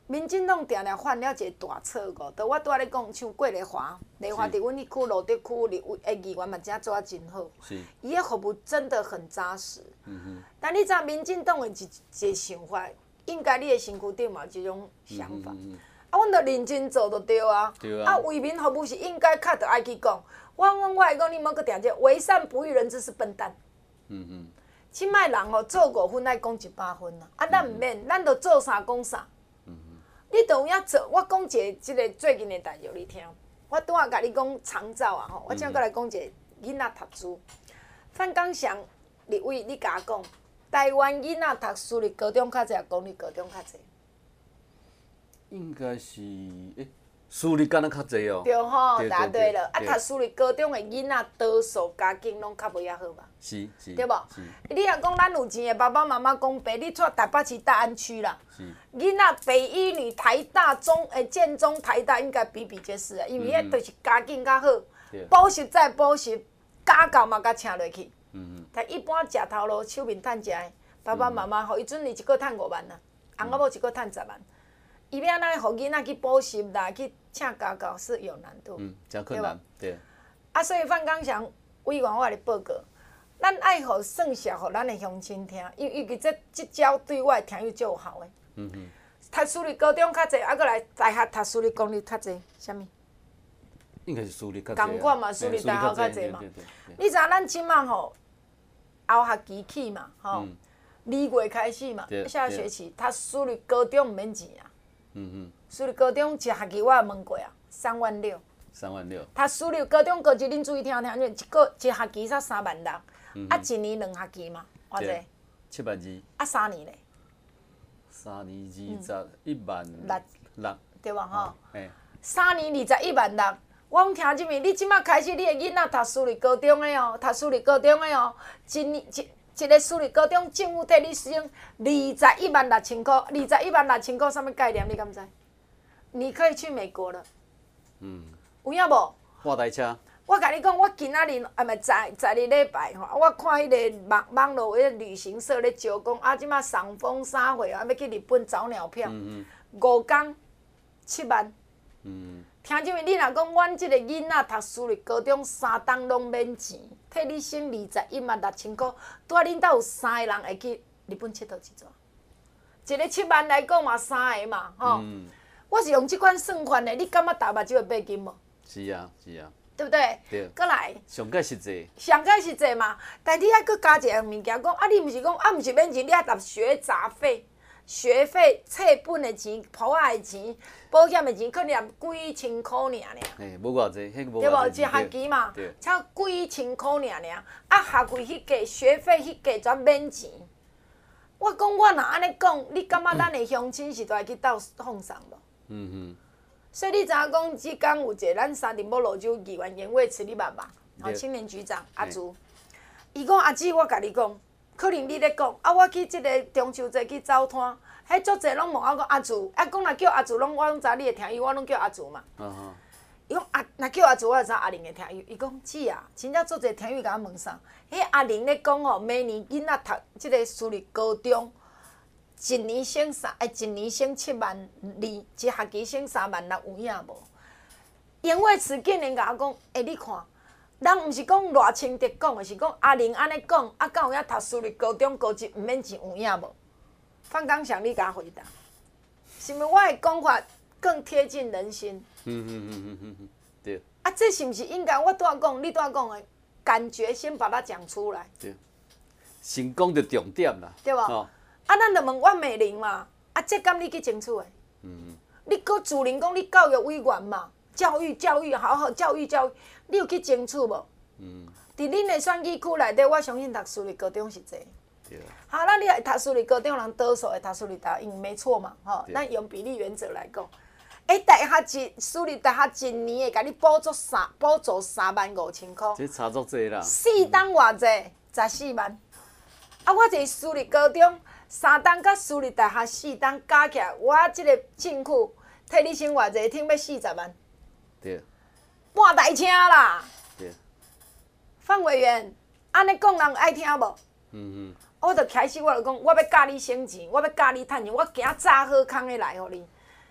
民进党定定犯了一个大错误，就我拄仔咧讲，像郭丽华，丽华伫阮迄区罗德区立委诶议员嘛，真做啊真好。 是。 伊诶服务真的很扎实。 嗯哼。 但你知影民进党诶一一个想法，应该你诶身躯顶嘛有即种想法。嗯嗯啊，阮着认真做就对啊。 对啊。 啊，为民服务是应该较着爱去讲。我我我会讲，你莫搁定者为善不欲人知是笨蛋。嗯嗯。即摆人吼做五分爱讲一百分啊！啊，咱毋免，咱着做啥讲啥。你著有影做，我讲一个即个最近的代志，你听。我拄仔甲你讲长照啊吼，我正搁来讲一个囡仔读书。范刚祥立委，你甲我讲，台湾囡仔读私立高中较济，公立高中较济？ 应该是诶，私立敢若较济哦。 对吼，答对了。啊，读私立高中的囡仔，多数家境拢较袂遐好嘛。 是是。 对无？是。你若讲咱有钱的爸爸妈妈讲白，你带台北市大安区啦。是。囡仔北一女、台大、中诶建中、台大应该比比皆是啊，因为迄就是家境较好，补习再补习，家教嘛甲请落去。嗯嗯。但一般食头路、手面趁食的爸爸妈妈，互伊阵伊一个趁五万啊，翁仔某一个趁十万。伊要安怎互囡仔去补习啦，去请家教是有难度。 嗯，真困难，对。 啊，所以范刚祥委员我来报告，咱爱互算数，互咱的乡亲听，尤尤其这即招对我的听友最有效的。嗯哼。读私立高中较济，啊，搁来大学读私立公立较济，啥物？ 应该是私立较济。 共款嘛，私立大学较济嘛。你知影咱即满吼，后学期起嘛，吼，二月开始嘛，下学期读私立高中毋免钱啊。嗯嗯，私立高中一学期我也问过啊，三万六。 三万六。 读私立高中高级，恁注意听听，因为一个一学期才三万六，啊，一年两学期嘛，偌济？ 七万二。 啊，三年咧？ 三年二十一万六。 六。 对吧？吼。诶。三年二十一万六，我讲听即面，你即马开始，你的囡仔读私立高中的哦，读私立高中的哦，一年一。一个私立高中，政府替你省二十一万六千块，二十一万六千块，什么概念？你敢知？你可以去美国了。嗯。有影无？ 换台车。 我甲你讲，我今仔日啊，咪十十日礼拜吼，我看迄个网网络迄旅行社咧招讲，啊，即马赏枫啥货啊，要去日本找鸟票，嗯嗯五天七万。嗯。听即面，你若讲，阮即个囡仔读私立高中，三档拢免钱，替你省二十一万六千块，拄仔恁兜有三个人会去日本佚佗一撮，一个七万来讲嘛，三个嘛，吼。嗯、我是用即款算法的，你感觉大目睭会买金无？ 是啊，是啊。 对不对？ 对。 过来。 上介实际。 上介实际嘛，但你还佫加一样物件，讲啊，你毋是讲啊，毋是免钱，你还纳学杂费。学费、册本的钱、簿仔的钱、保险的钱，可能几千块尔尔。 诶，无偌济，迄无。 对无？一学期嘛，才几千块尔尔。啊，学费迄价、学费迄价全免钱。我讲我若安尼讲，你感觉咱的乡亲是都会去斗奉送无？嗯哼。所以你知影讲，即工有一个咱三重某路州议员严伟慈，你捌吧？吼，青年局长阿朱，伊讲阿姊，我甲你讲。可能你咧讲，啊，我去即个中秋节去走摊，迄足侪拢问我讲阿祖，啊，讲若叫阿祖，拢我拢知你的听友，我拢叫阿祖嘛。伊讲啊，若叫阿祖，我就知阿玲的听友。伊讲姊啊，真正足侪听友甲我问啥？迄阿玲咧讲哦，明年囡仔读即个私立高中，一年省三，哎，一年省七万二，一学期省三万六，有影无？严伟慈竟然甲我讲，哎，你看。人毋是讲偌清德讲的，是讲阿玲安尼讲，啊，敢有影读私立高中高级毋免钱有影无？范刚祥，你甲我回答，是毋是我的讲法更贴近人心？嗯嗯嗯嗯嗯嗯，对。啊，这是毋是应该我拄仔讲，你拄仔讲的感觉先把它讲出来？ 对。先讲着重点啦。 对无？哦、啊，咱着问阮美玲嘛，啊，这敢你去争取的？嗯嗯。你搁自认讲你教育委员嘛？教育教育，好好教育教育，你有去争取无？嗯。伫恁的选举区内底，我相信读私立高中是侪。对。好，那你读私立高中人多数会读私立大学，因为没错嘛，吼。咱用比例原则来讲，哎，大学一私立大学一年会甲你补助三补助三万五千块。 这差足济啦。 四档偌济？十四万。啊，我一个私立高中三档甲私立大学四档加起来，我即个政府替你省偌济，听要四十万。 对， 半台车啦。 对。 范委员，安尼讲人爱听无？嗯嗯。我就开始我就讲，我要教你省钱，我要教你趁钱，我行早好康的来互你。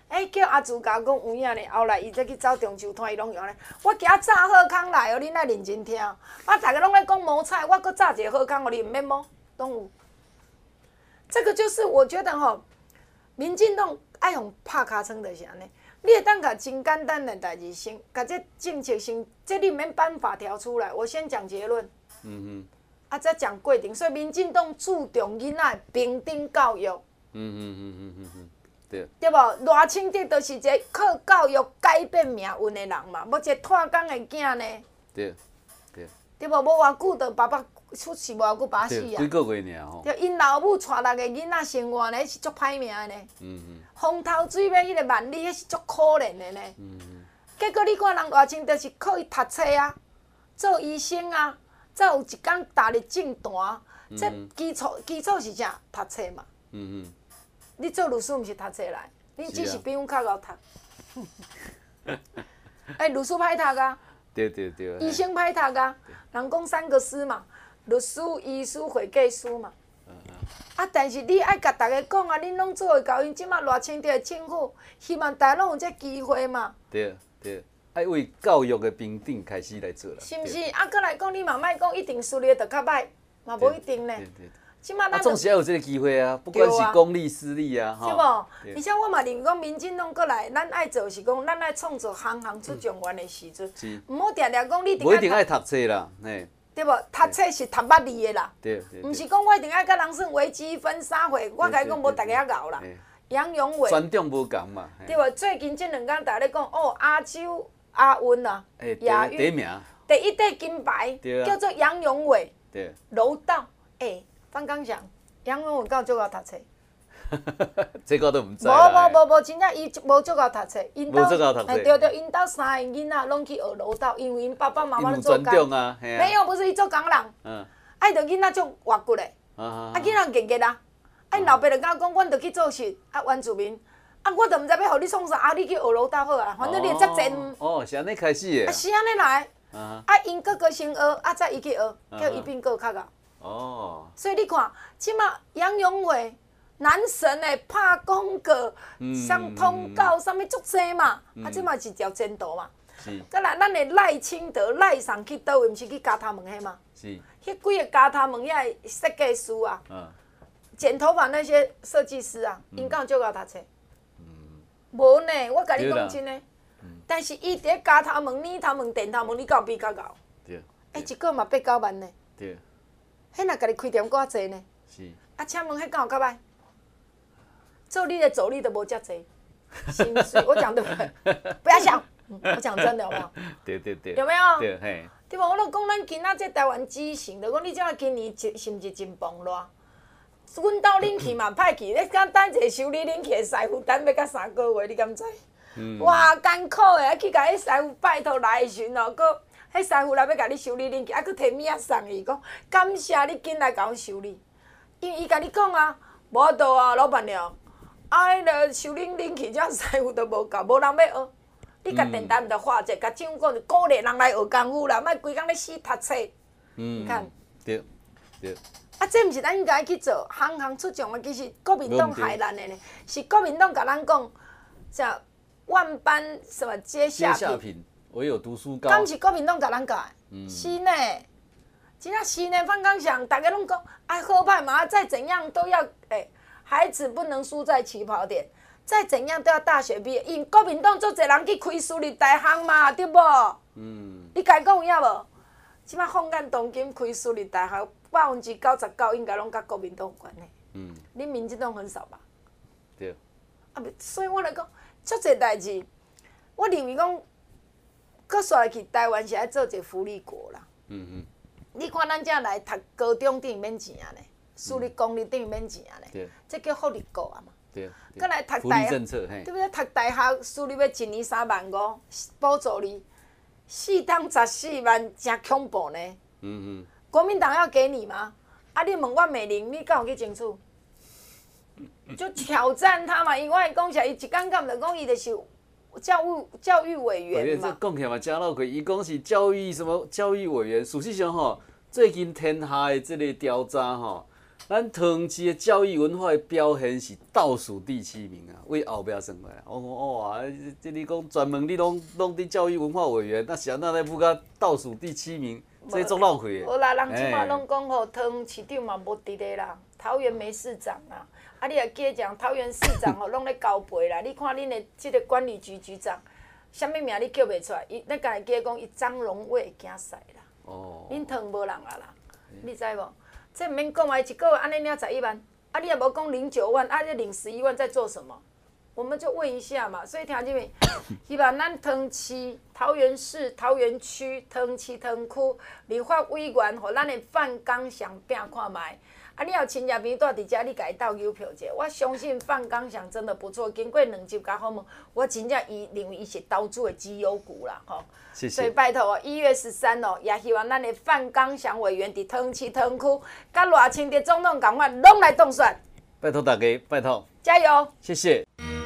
哎、欸，叫阿祖甲我讲有影呢，后来伊再去走中秋摊，伊拢用咧。我今仔炸好康来哦，恁爱认真听。啊，大家拢咧讲摸菜，我搁炸一个好康，互你毋免摸，拢有。这个就是我觉得吼，民进党爱用拍尻川就是安尼。你会当甲真简单的代志先，甲这政策先，这你毋免办法条出来。我先讲结论。嗯哼。啊，再讲规定，所以民进党注重囡仔平等教育。嗯嗯嗯嗯嗯嗯。对，对无？赖清德就是一个靠教育改变命运的人嘛，无一个拖工的囝呢。对，对。对无？无偌久，就爸爸出事，无偌久爸死啊。几个月尔吼。对，因老母带六个囡仔生活呢，迄是足歹命的呢。嗯嗯。风头水尾迄个万里，迄是足可怜的呢。嗯嗯。结果你看人赖清德是靠伊读册啊，做医生啊，才有一天踏入政坛。这基础基础是啥？读册嘛。嗯嗯。你做律师毋是读册来，恁只是比阮较贤读。哎，律师歹读啊。对对对。医生歹读啊，人讲三个师嘛，律师、医师、会计师嘛。啊，但是你爱甲大家讲啊，恁拢做会到，因即马赖清德的政府，希望大家拢有这机会嘛。对对，爱为教育的平等开始来做啦。是毋是？啊，搁来讲，你嘛莫讲一定私立就较歹，嘛无一定呢。啊，总是要有这个机会啊，不管是公立私立啊，是无？而且我嘛认讲，民进党过来，咱爱做是讲，咱爱创造行行出状元的时阵，毋好定定讲你一定。无一定爱读册啦，嘿。对无？读册是读捌字的啦，对对。毋是讲我一定爱甲人算微积分啥货，我甲你讲无逐个遐熬啦。杨永伟。专长无共嘛。对无？最近这两天大家咧讲，哦，亚洲亚运啊，亚运第一名，第一块金牌叫做杨永伟，对，柔道，诶。方刚祥，杨永伟够足够读册，这个都唔知啦。无无无无，真正伊无足够读册，因兜哎对对，因兜三个囡仔拢去学柔道，因为因爸爸妈妈都做工。啊，没有，不是伊做工人。嗯。啊，伊着囡仔足活骨嘞，啊囡仔硬硬啊，啊因老爸就甲我讲，阮着去做事，啊原住民，啊我着毋知要互你创啥，啊你去学柔道好啊，反正你会接针。哦，是安尼开始的。啊是安尼来，啊因哥哥先学，啊再伊去学，叫伊变个较贤。哦，所以你看，即马杨永伟男神诶，拍广告、上通告，啥物足济嘛，啊，即嘛是条前途嘛。是。再来，咱诶赖清德赖上去倒位，毋是去加他门迄嘛？是。迄几个加他门遐设计师啊，嗯，剪头发那些设计师啊，因敢有足够读册？嗯。无呢，我甲你讲真诶。嗯。但是伊伫咧加他门、捏他门、电头门，你敢有比较高？对。哎，一个嘛八九万呢。对。迄若家己开店搁较济呢？是。啊，请问迄敢有较歹？做你的走你都无遮济，薪水我讲对不对？不要想，我讲真的有没有？对对对。有没有？对嘿。对无？我都讲咱今仔这台湾之行，就讲你即马今年是是毋是真崩热？阮兜冷气嘛歹去，你敢等一个修理冷气的师傅等要到三个月，你敢知？嗯。哇，艰苦的，啊去甲迄师傅拜托来的时阵哦，搁。迄师傅来要甲你修理冷气，啊，佫摕物仔送伊，讲感谢你紧来甲阮修理。因为伊甲你讲啊，无法度啊，老板娘，啊，迄个修理冷气遮师傅都无够，无人要学。你甲电台毋着化者，甲政府讲是鼓励人来学功夫啦，莫规工咧死读册。嗯。你看。对。对。啊，这毋是咱应该去做，行行出状元，其实国民党害咱的呢，是国民党甲咱讲，叫万般什么皆下品。唯有读书高。敢是国民党甲咱教的？嗯、是呢，真正是呢。方刚想，大家拢讲，哎，好歹嘛，再怎样都要，哎，孩子不能输在起跑点，再怎样都要大学毕业。因国民党足侪人去开私立大学嘛，对无？嗯。你家讲有影无？即摆放眼当今开私立大学，百分之九十九应该拢甲国民党有关的。嗯。恁民进党很少吧？对。啊，所以我来讲，足侪代志，我认为讲。搁煞来去台湾是爱做一个福利国啦。嗯嗯。你看咱遮来读高中等于免钱啊呢，私立公立等于免钱啊呢。对。这叫福利国啊嘛。对。搁来读大学，对不对？读大学私立要一年三万五，补助你，四档十四万，真恐怖呢。嗯嗯。国民党要给你吗？啊，你问我美玲，你敢有去争取？就挑战他嘛，因为我讲起来，伊一讲讲就讲伊就是。教育教育委员嘛，这讲起来嘛，真闹鬼。伊讲是教育什么教育委员，事实上吼，最近天下的这个调查吼， 咱长期的教育文化的表现是倒数第七名啊，为后壁算过来。我讲哇，这你讲专门你拢拢伫教育文化委员，那是安那来不到倒数第七名，这足浪费的。 无啦，人即马拢讲吼，汤市长嘛无伫咧啦，桃园没市长啊。啊，你也记得讲桃园市长吼，拢咧交陪啦。你看恁的即个管理局局长，啥物名你叫袂出来？伊咱家己记得讲，伊张荣伟惊死啦。哦。恁汤无人啊啦，你知无？这毋免讲啊，一个月安尼领十一万，啊，你也无讲领九万，啊，你领十一万在做什么？我们就问一下嘛。所以听见没？希望咱汤市、桃园市、桃园区、汤市、汤区立法委员，互咱的范刚祥拼看卖。啊，你有亲戚朋友住伫遮，你家己斗邮票者。我相信范刚祥真的不错，经过两集甲访问，我真正伊认为伊是投资的绩优股啦，吼。 谢谢。 所以拜托哦，一月十三哦，也希望咱的范刚祥委员伫汤市汤区，甲赖清德总统共款，拢来当选。 拜托大家，拜托。 加油！ 谢谢。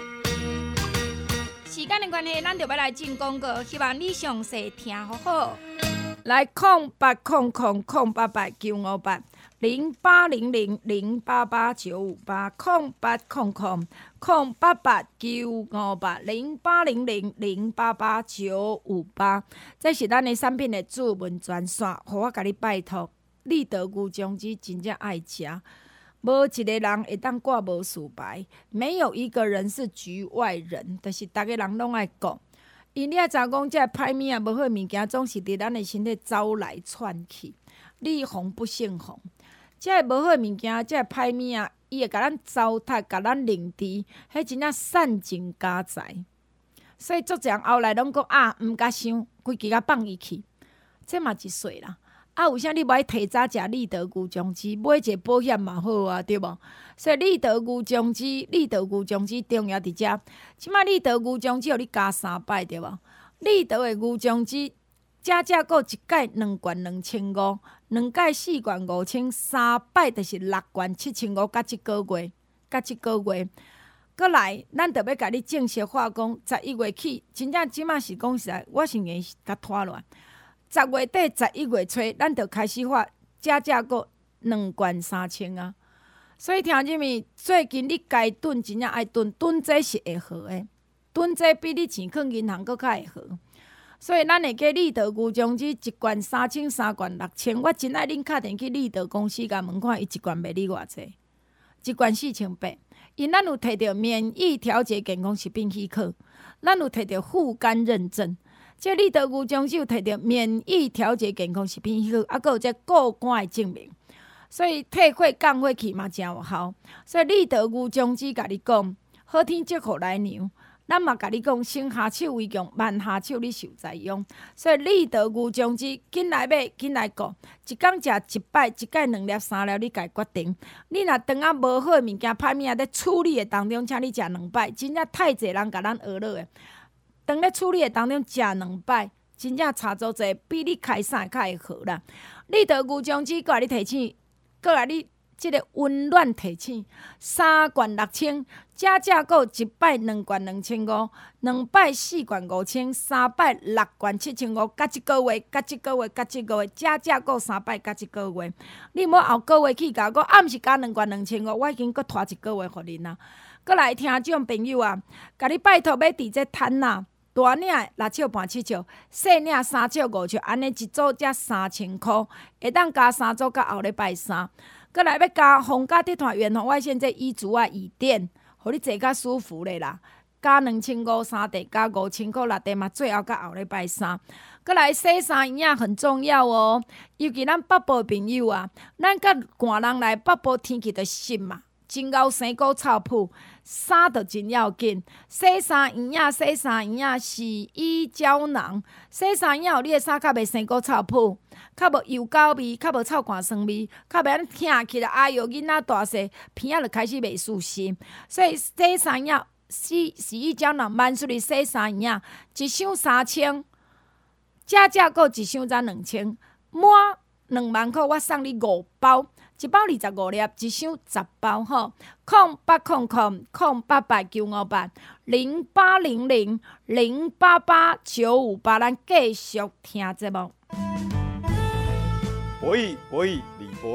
时间的关系，咱就要来进广告，希望你详细听好好。 来，空八空空空八八九五八。零八零零零八八九五八空八空空空八八九五八零八零零零八八九五八，这是咱的产品的主文专线，互我甲你拜托。立德牛种子真正爱食，无一个人会当挂无事牌，没有一个人是局外人，就是逐个人拢爱讲。因你也知讲，这歹物啊，无好物件总是伫咱的身体走来窜去，你防不胜防。这无好物件，这歹物啊，伊会甲咱糟蹋，甲咱凌迟，迄真正散尽家财。所以作者后来拢讲啊，毋甲想，规支甲放伊去，这嘛一岁啦。啊，有啥你无爱提早食立德牛种子，买一个保险嘛好啊，对无？所以立德牛种子，立德牛种子重要伫遮。即摆立德牛种子，互你加三摆，对无？立德的牛种子，加价购一盖两罐两千五，两盖四罐五千，三摆就是六罐七千五，甲一个月，甲一个月。过来，咱着要甲你正式化工，十一月起，真正即摆是讲实在，我是硬是甲拖乱。十月底、十一月初，咱就开始发加价购两罐三千啊！所以听见没？最近你该囤真正爱囤，囤这是会好诶，囤这比你钱放银行搁较会好。所以咱会记立德牛种子一罐三千，三罐六千。我真爱恁敲电去立德公司甲问看，伊一罐卖你偌济？一罐四千八。因咱有摕到免疫调节健康食品许可，咱有摕到护肝认证。这立德牛种子有摕到免疫调节健康食品许可，啊，佮有这过关的证明，所以退火降火气嘛真有效。所以立德牛种子甲你讲，好天祝福来牛。咱嘛甲你讲，先下手为强，慢下手你受灾殃。所以立德牛种子，紧来买，紧来顾，一工食一摆，一摆两粒、三粒，你家决定。你若当啊无好的物件、歹物啊，咧处理的当中，请你食两摆，真正太侪人甲咱学落的。当咧处理的当中食两摆，真正差足济，比你开啥较会好啦。立德牛种子，佮你提醒，佮甲你。即个温暖提醒，三罐六千，加价购一摆两罐两千五，两摆四罐五千，三摆六罐七千五，甲一个月，甲一个月，甲一个月，加价购三摆，甲一个月。你莫后个月去甲我，啊，毋是加两罐两千五，我已经搁拖一个月互恁啦。搁来听众朋友啊，甲你拜托要伫这摊呐。大领六triệu半七triệu，细领三triệu五triệu，安尼一组才三千箍，会当加三组到后礼拜三。搁来要加红家集团远红外线这衣橱啊椅垫，互你坐较舒服咧啦。加两千五三地，加五千箍六地嘛，最后到后礼拜三。搁来洗衫营养很重要哦，尤其咱北部朋友啊，咱甲寒人来北部天气就湿嘛。真够生果臭噗，衫就真要紧。洗衫营养，洗衫营养洗衣胶囊，洗衫营养，你的衫较袂生果臭噗，较无油膏味，较无臭汗酸味，较袂安听起来，哎哟，囡仔大细鼻仔就开始袂舒适。所以洗衫营养，洗洗衣胶囊，万岁的洗衫营养，一箱三千，加价购一箱才两千，满两万块我送你五包。一包二十五粒，一箱十包吼。空八空空空八八九五八零八零零零八八九五八，咱继续听节目。 博弈博弈李博弈，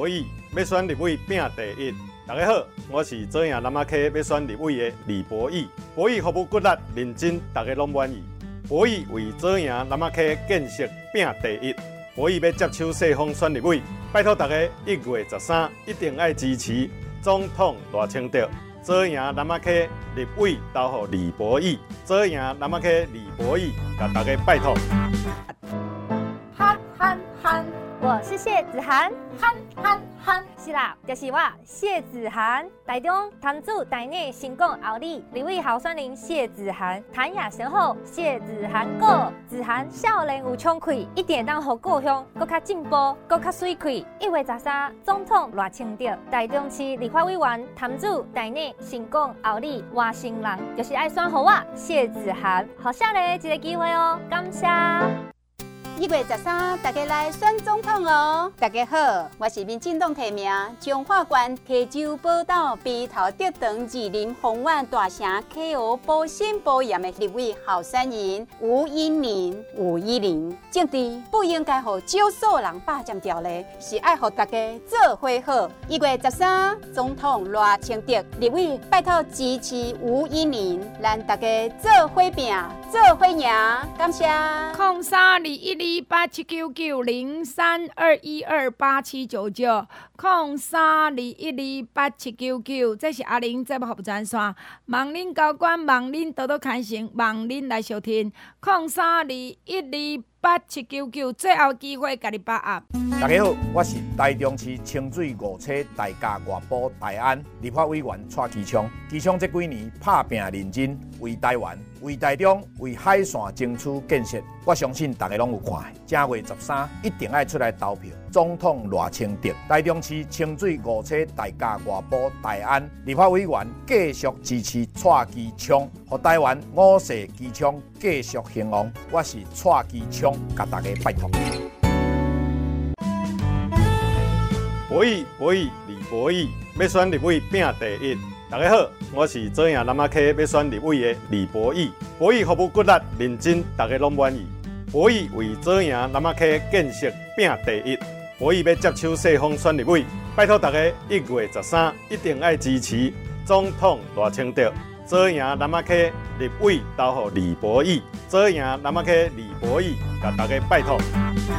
要选立委拼第一。大家好，我是左营南仔溪要选立委的李博义。博义服务骨力认真，大家拢满意。博义为左营南仔溪建设拼第一。博义要接手世丰选立委，拜托大家一月十三一定要支持总统赖清德。左营南仔溪立委投予李博义，左营南仔溪李博义，甲大家拜托。 憨憨憨，我是谢子涵，憨憨憨，是啦，就是我谢子涵。台中潭子台内成功后里立委候选人谢子涵，谈也先好，谢子涵过，子涵少年有冲气，一定当互故乡搁较进步，搁较水气。一月十三，总统赖清德，台中市立法委员潭子台内成功后里外省人，就是爱选互我谢子涵，好下咧一个机会哦，感谢。 一月十三，大家来选总统哦！大家好，我是民进党提名彰化县溪州宝岛鼻头竹塘二林丰苑大城 K O 保心保严的立委候选人吴依林。吴依林，政治不应该互少数人霸占掉咧，是爱互大家做伙好。一月十三，总统赖清德立委拜托支持吴依林，咱大家做伙拼，做伙赢，感谢。 空三二一二。八七九九零三二一二八七九九空三二一二八七九九，这是阿玲节目服务专线，望恁高官，望恁多多开心，望恁来收听空三二一二八七九九，最后机会甲你把握。 大家好，我是台中市清水五车大家外埔大安立法委员蔡其昌。其昌这几年打拼认真，为台湾、为台中、为海线争取建设，我相信大家拢有看。正月十三一定要出来投票，总统赖清德。台中市清水五车大家外埔大安立法委员继续支持蔡其昌，让台湾五世其昌继续兴旺。我是蔡其昌，甲大家拜托。 博义，博义，李博义，要选立委拼第一。大家好，我是左营南仔溪要选立委的李博义。博义服务骨力认真，大家拢满意。博义为左营南仔溪建设拼第一。博义要接手世丰选立委，拜托大家一月十三一定要支持总统赖清德。左营南仔溪立委投予李博义，左营南仔溪李博义，甲大家拜托。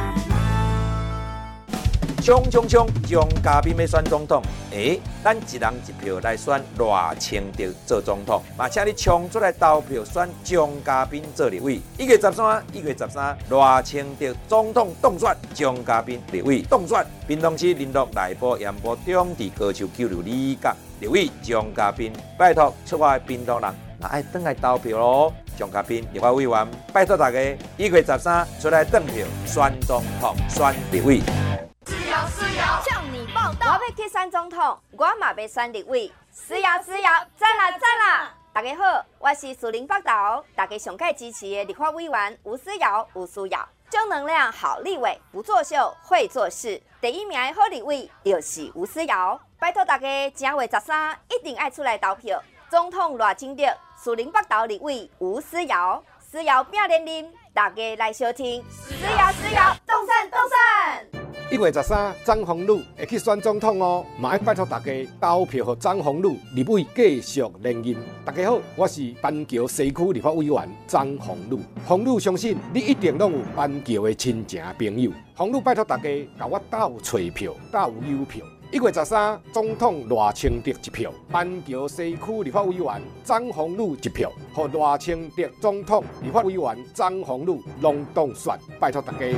冲冲冲！张嘉宾要选总统，诶，咱一人一票来选赖清德做总统，嘛，请你冲出来投票选张嘉宾做立委。一月十三，一月十三，赖清德总统当选，张嘉宾立委当选。屏东市林鹿内埔盐埔中地高树九路里角立委张嘉宾，拜托出外屏东人，那爱转来投票咯。张嘉宾立法委员，拜托大家一月十三出来转票选总统、选立委。 向你报道，我要去选总统，我嘛要选立委，是呀是呀，赞啦赞啦！大家好，我是树林北投，大家上届支持的立法委员吴思瑶，吴思瑶，正能量好立委，不作秀会做事，第一名的好立委就是吴思瑶。拜托大家正月十三一定爱出来投票，总统赖清德，树林北投立委吴思瑶，思瑶拼连任，大家来收听，思瑶思瑶，动身动身！ 一月十三，张宏宇会去选总统哦，嘛要拜托大家投票给张宏宇立委继续连任。大家好，我是板桥西区立法委员张宏宇。宏宇相信你一定拢有板桥的亲情朋友。宏宇拜托大家甲我斗找票，斗邮票。一月十三，总统赖清德一票；板桥西区立法委员张宏宇一票，和赖清德总统立法委员张宏宇拢当选。拜托大家。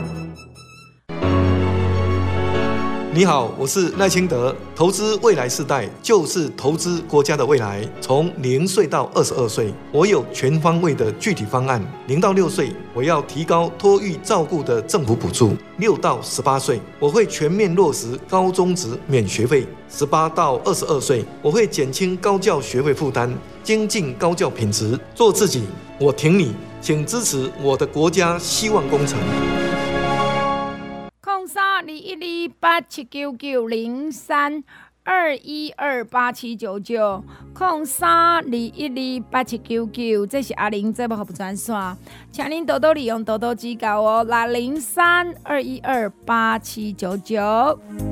你好，我是赖清德。投资未来世代，就是投资国家的未来。从零岁到二十二岁，我有全方位的具体方案。零到六岁，我要提高托育照顾的政府补助；六到十八岁，我会全面落实高中职免学费；十八到二十二岁，我会减轻高教学费负担，精进高教品质。做自己，我挺你，请支持我的国家希望工程。 空三二一二八七九九零三二一二八七九九，空三二一二八七九九，这是阿玲节目服务专线，请您多多利用，多多指教哦。六零三二一二八七九九。